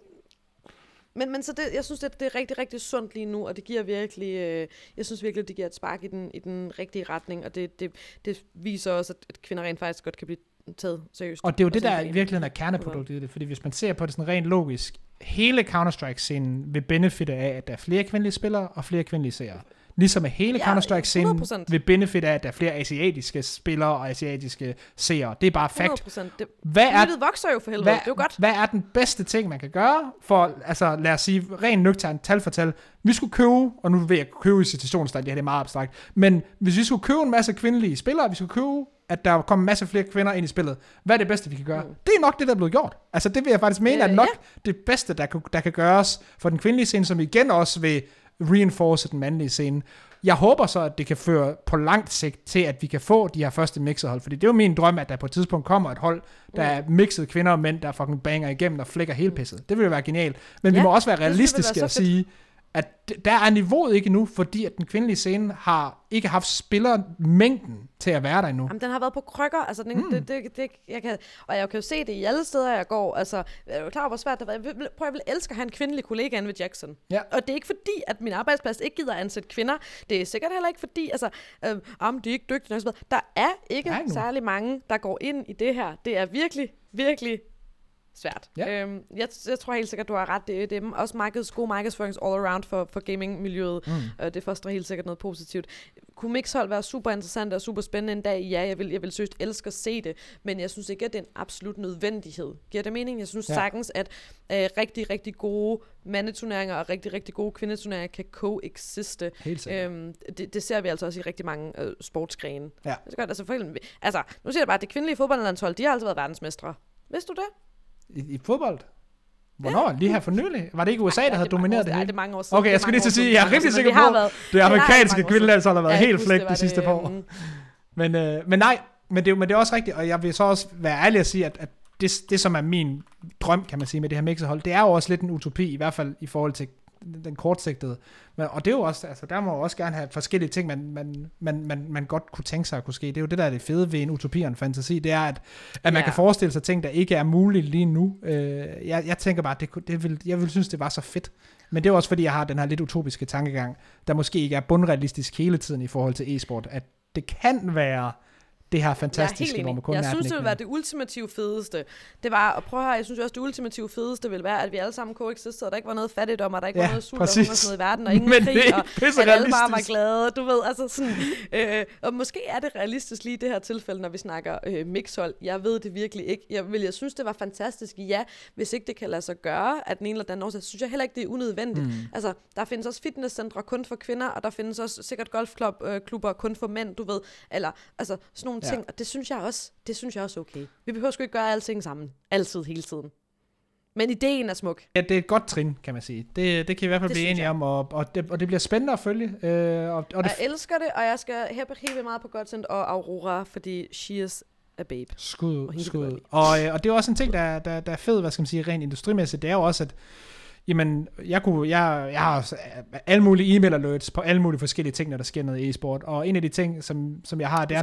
Men så jeg synes, det er rigtig, rigtig sundt lige nu, og det giver virkelig, jeg synes virkelig, det giver et spark i den rigtige retning, og det viser også, at kvinder rent faktisk godt kan blive taget seriøst. Og det er jo det, der i virkeligheden er kerneproduktet i det, fordi hvis man ser på det sådan rent logisk, hele Counter-Strike-scenen vil benefitte af, at der er flere kvindelige spillere og flere kvindelige seere. Ligesom at hele Counter-Strike-scenen vil benefitte af, at der er flere asiatiske spillere og asiatiske seere. Det er bare fact. 100%. Det vokser jo for helvede. Det er jo godt. Hvad er den bedste ting, man kan gøre for, altså lad os sige, rent nøgternt tal for tal. Vi skulle købe, og nu vil jeg købe i situationstegn, det her det er meget abstrakt, men hvis vi skulle købe en masse kvindelige spillere, vi skulle købe, at der kommer en masse flere kvinder ind i spillet, hvad er det bedste, vi kan gøre? Det er nok det, der er blevet gjort. Altså det vil jeg faktisk mene, er nok det bedste, der kan gøres for den kvindelige scene, som igen også vil reinforce den mandlige scene. Jeg håber så, at det kan føre på langt sigt til, at vi kan få de her første mixerhold, fordi det er jo min drøm, at der på et tidspunkt kommer et hold, der er mixet kvinder og mænd, der fucking banger igennem og flækker hele pisset. Det vil jo være genialt. Men vi må også være realistiske og sige, at der er niveauet ikke nu, fordi at den kvindelige scene har ikke haft spillermængden til at være der endnu. Jamen, den har været på krykker, altså jeg kan jo se det i alle steder, jeg går. Altså, er du klar over, hvor svært det har været? Jeg vil elske at have en kvindelig kollega inde ved Jackson. Ja. Og det er ikke fordi, at min arbejdsplads ikke gider at ansætte kvinder. Det er sikkert heller ikke fordi, altså, de er ikke dygtige nok. Der er ikke særlig mange, der går ind i det her. Det er virkelig, virkelig svært. Ja. Jeg tror helt sikkert, du har ret. Det er også god markedsførings all around for gaming-miljøet. Det fostrer helt sikkert noget positivt. Kunne mixhold være super interessant og super spændende en dag? Ja, jeg vil søgt elske at se det, men jeg synes ikke, at det er en absolut nødvendighed. Giver det mening? Jeg synes sagtens, at rigtig, rigtig gode mandeturneringer og rigtig, rigtig gode kvindeturneringer kan coexiste. Det ser vi altså også i rigtig mange sportsgrene. Ja. Det er godt, nu siger jeg bare, at det kvindelige fodboldlandshold, de har altid været verdensmestre. Vidste du det? I fodbold? Hvornår? Lige her for nylig? Var det ikke USA, der havde domineret det? Nej, det er mange år siden. Okay, jeg skulle lige til at sige, jeg er rigtig sikker på, det amerikanske kvindelandshold har været helt flægt de sidste par år. Men nej, men det er også rigtigt, og jeg vil så også være ærlig at sige, at det som er min drøm, kan man sige, med det her mixerhold, det er jo også lidt en utopi, i hvert fald i forhold til den kortsigtede. Og det er jo også, altså der må jo også gerne have forskellige ting, man godt kunne tænke sig at kunne ske. Det er jo det, der er det fede ved en utopi og en fantasi, det er, at man kan forestille sig ting, der ikke er mulige lige nu. Jeg tænker bare, jeg vil synes, det var så fedt. Men det er også fordi, jeg har den her lidt utopiske tankegang, der måske ikke er bundrealistisk hele tiden i forhold til e-sport, at det kan være det her fantastiske, hvor man kun jeg synes, det ville være det ultimative fedeste. Det var, og prøv at høre, jeg synes også, det ultimative fedeste ville være, at vi alle sammen coexisterede, og der ikke var noget fattigdom, og der ikke var noget sult og hungersnød i verden, og ingen krig, og at alle bare var glade, du ved, altså sådan, og måske er det realistisk lige i det her tilfælde, når vi snakker mixhold. Jeg ved det virkelig ikke. Jeg synes, det var fantastisk, ja, hvis ikke det kan lade sig gøre, at den ene eller den anden årsag, synes jeg heller ikke, det er unødvendigt. Altså, der findes også fitnesscentre kun for kvinder, og der findes også sikkert golfklubber kun for mænd, du ved, eller, altså, sådan nogle ting, og det synes jeg også okay. Vi behøver sgu ikke gøre alting sammen. Altid, hele tiden. Men ideen er smuk. Ja, det er et godt trin, kan man sige. Det kan vi i hvert fald blive enige om, og det bliver spændende at følge. Og jeg elsker det, og jeg skal hæppe helt meget på Godsend og Aurora, fordi she is a babe. Skud. Og det er også en ting, der er fed, hvad skal man sige, rent industrimæssigt. Det er jo også, at jamen, jeg har alle mulige e-mail alerts på alle mulige forskellige ting, når der sker noget i e-sport. Og en af de ting, som jeg har, det er,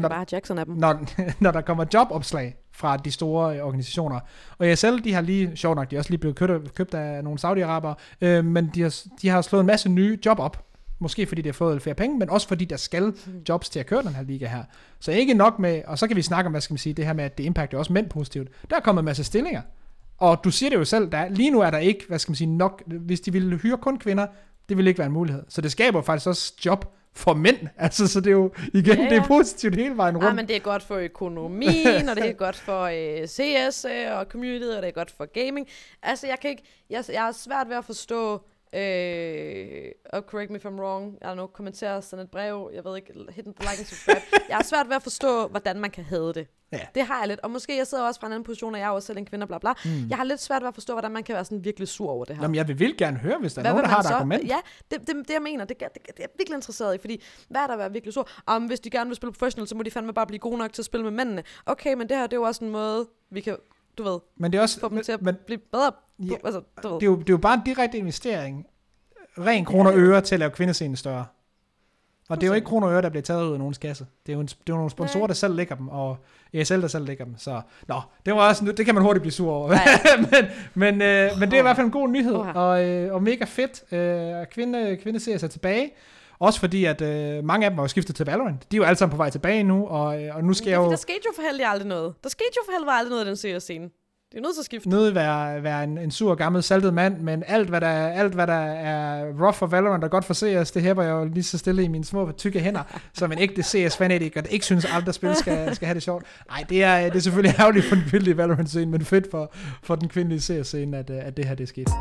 når der kommer jobopslag fra de store organisationer. Og ESL, de har lige, sjovt nok, de er også lige blevet købt af nogle saudi-arabere, men de har slået en masse nye job op. Måske fordi de har fået flere penge, men også fordi der skal jobs til at køre den her liga her. Så ikke nok med, og så kan vi snakke om, hvad skal man sige, det her med, at det impacter også mænd positivt. Der er kommet en masse stillinger. Og du siger det jo selv, lige nu er der ikke, hvad skal man sige, nok, hvis de ville hyre kun kvinder, det ville ikke være en mulighed. Så det skaber faktisk også job for mænd. Altså, så det er jo, igen, det er positivt hele vejen rundt. Ja, men det er godt for økonomien, og det er godt for CS og community, og det er godt for gaming. Altså, jeg har svært ved at forstå, og correct me if I'm wrong, jeg har nok kommenteret sådan et brev, jeg ved ikke, hit the like and subscribe. Jeg har svært ved at forstå, hvordan man kan have det. Ja. Det har jeg lidt, og måske jeg sidder også fra en anden position, og jeg er også selv en kvinde, bla bla. Jeg har lidt svært ved at forstå, hvordan man kan være sådan virkelig sur over det her. Jamen, jeg vil gerne høre, hvis der er nogen, der har et argument. Ja, det jeg mener, det er jeg virkelig interesseret i, fordi hvad er der at være virkelig sur? Hvis de gerne vil spille professional, så må de fandme bare blive gode nok til at spille med mændene. Okay, men det her, det er jo også en måde, vi kan, du ved, men det er også, få dem til at blive bedre. Ja, altså, det er jo bare en direkte investering. Ren kroner og øre til at lave kvindescenen større. Og det er jo ikke kroner og øre, der bliver taget ud af nogens kasse. Det er jo nogle sponsorer, der selv lægger dem, og ESL, der selv lægger dem. Så, det var også, det kan man hurtigt blive sur over. men det er i hvert fald en god nyhed, og mega fedt. Kvinde ser sig tilbage. Også fordi, at mange af dem har jo skiftet til Valorant. De er jo alle sammen på vej tilbage nu, og nu skal jeg jo... Der skete jo for helvede aldrig noget. I den CS-scene. Det er nødt til at skifte. Nødt være en sur, gammel, saltet mand, men alt hvad der er rough for Valorant og godt for CS, det hæpper jeg jo lige så stille i mine små, tykke hænder, som en ægte CS-fanatiker, der ikke synes, at andre spil skal have det sjovt. Nej, det er selvfølgelig ærgerligt for den kvindelige Valorant-scene, men fedt for den kvindelige CS-scene, at det her det er sket.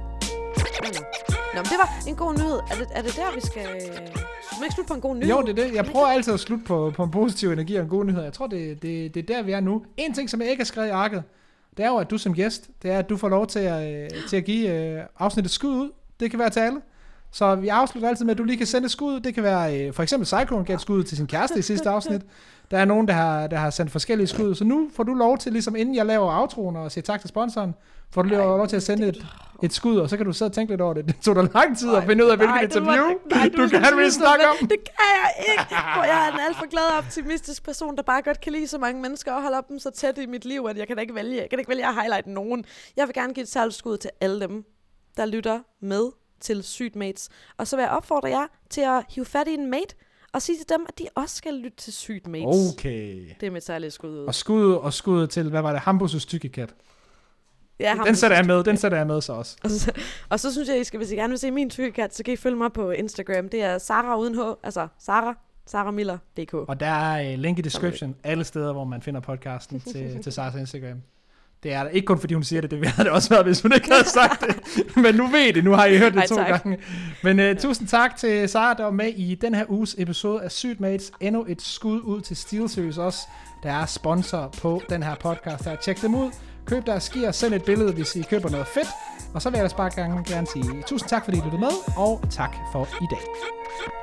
Nå, men det var en god nyhed. Er det der, vi skal... Skal vi ikke slutte på en god nyhed? Jo, det er det. Jeg prøver altid at slutte på en positiv energi og en god nyhed. Jeg tror, det er der, vi er nu. En ting, som jeg ikke har skrevet i arket, det er jo, at du som gæst, det er, at du får lov til at give afsnittet skud ud. Det kan være til alle. Så vi afslutter altid med, at du lige kan sende et skud ud. Det kan være, for eksempel Cyclone gav et skud til sin kæreste i sidste afsnit. Der er nogen, der har sendt forskellige skud. Så nu får du lov til, ligesom inden jeg laver outroen og siger tak til sponsoren, får du lov til at sende et skud, og så kan du sidde og tænke lidt over det. Det tog dig lang tid at finde ud af, hvilket interview du gerne vil snakke om. Det kan jeg ikke, for jeg er en alt for glad optimistisk person, der bare godt kan lide så mange mennesker og holde op dem så tæt i mit liv, at jeg kan ikke vælge at highlighte nogen. Jeg vil gerne give et særligt skud til alle dem, der lytter med til Sygt Mates. Og så vil jeg opfordre jer til at hive fat i en mate, og sige til dem, at de også skal lytte til Sygt Mates. Okay. Det er mit særlige skud ud. Og skud til, hvad var det, Hambus' tykke kat. Ja, den sætter jeg med så også. Og så synes jeg, hvis I gerne vil se min tykkekat, så kan I følge mig på Instagram. Det er Sara uden H, altså saramiller.dk. Og der er link i description alle steder, hvor man finder podcasten til Saras Instagram. Det er der ikke kun fordi hun siger det, det havde det også været, hvis hun ikke havde sagt det. Men nu ved det, nu har I hørt det 2 gange. Men tusind tak til Sara, der var med i den her uges episode af Sygt Mates. Endnu et skud ud til SteelSeries også, der er sponsor på den her podcast. Der tjek dem ud, køb deres gear, send et billede, hvis I køber noget fedt. Og så vil jeg ellers bare gerne sige tusind tak, fordi I lyttede med, og tak for i dag.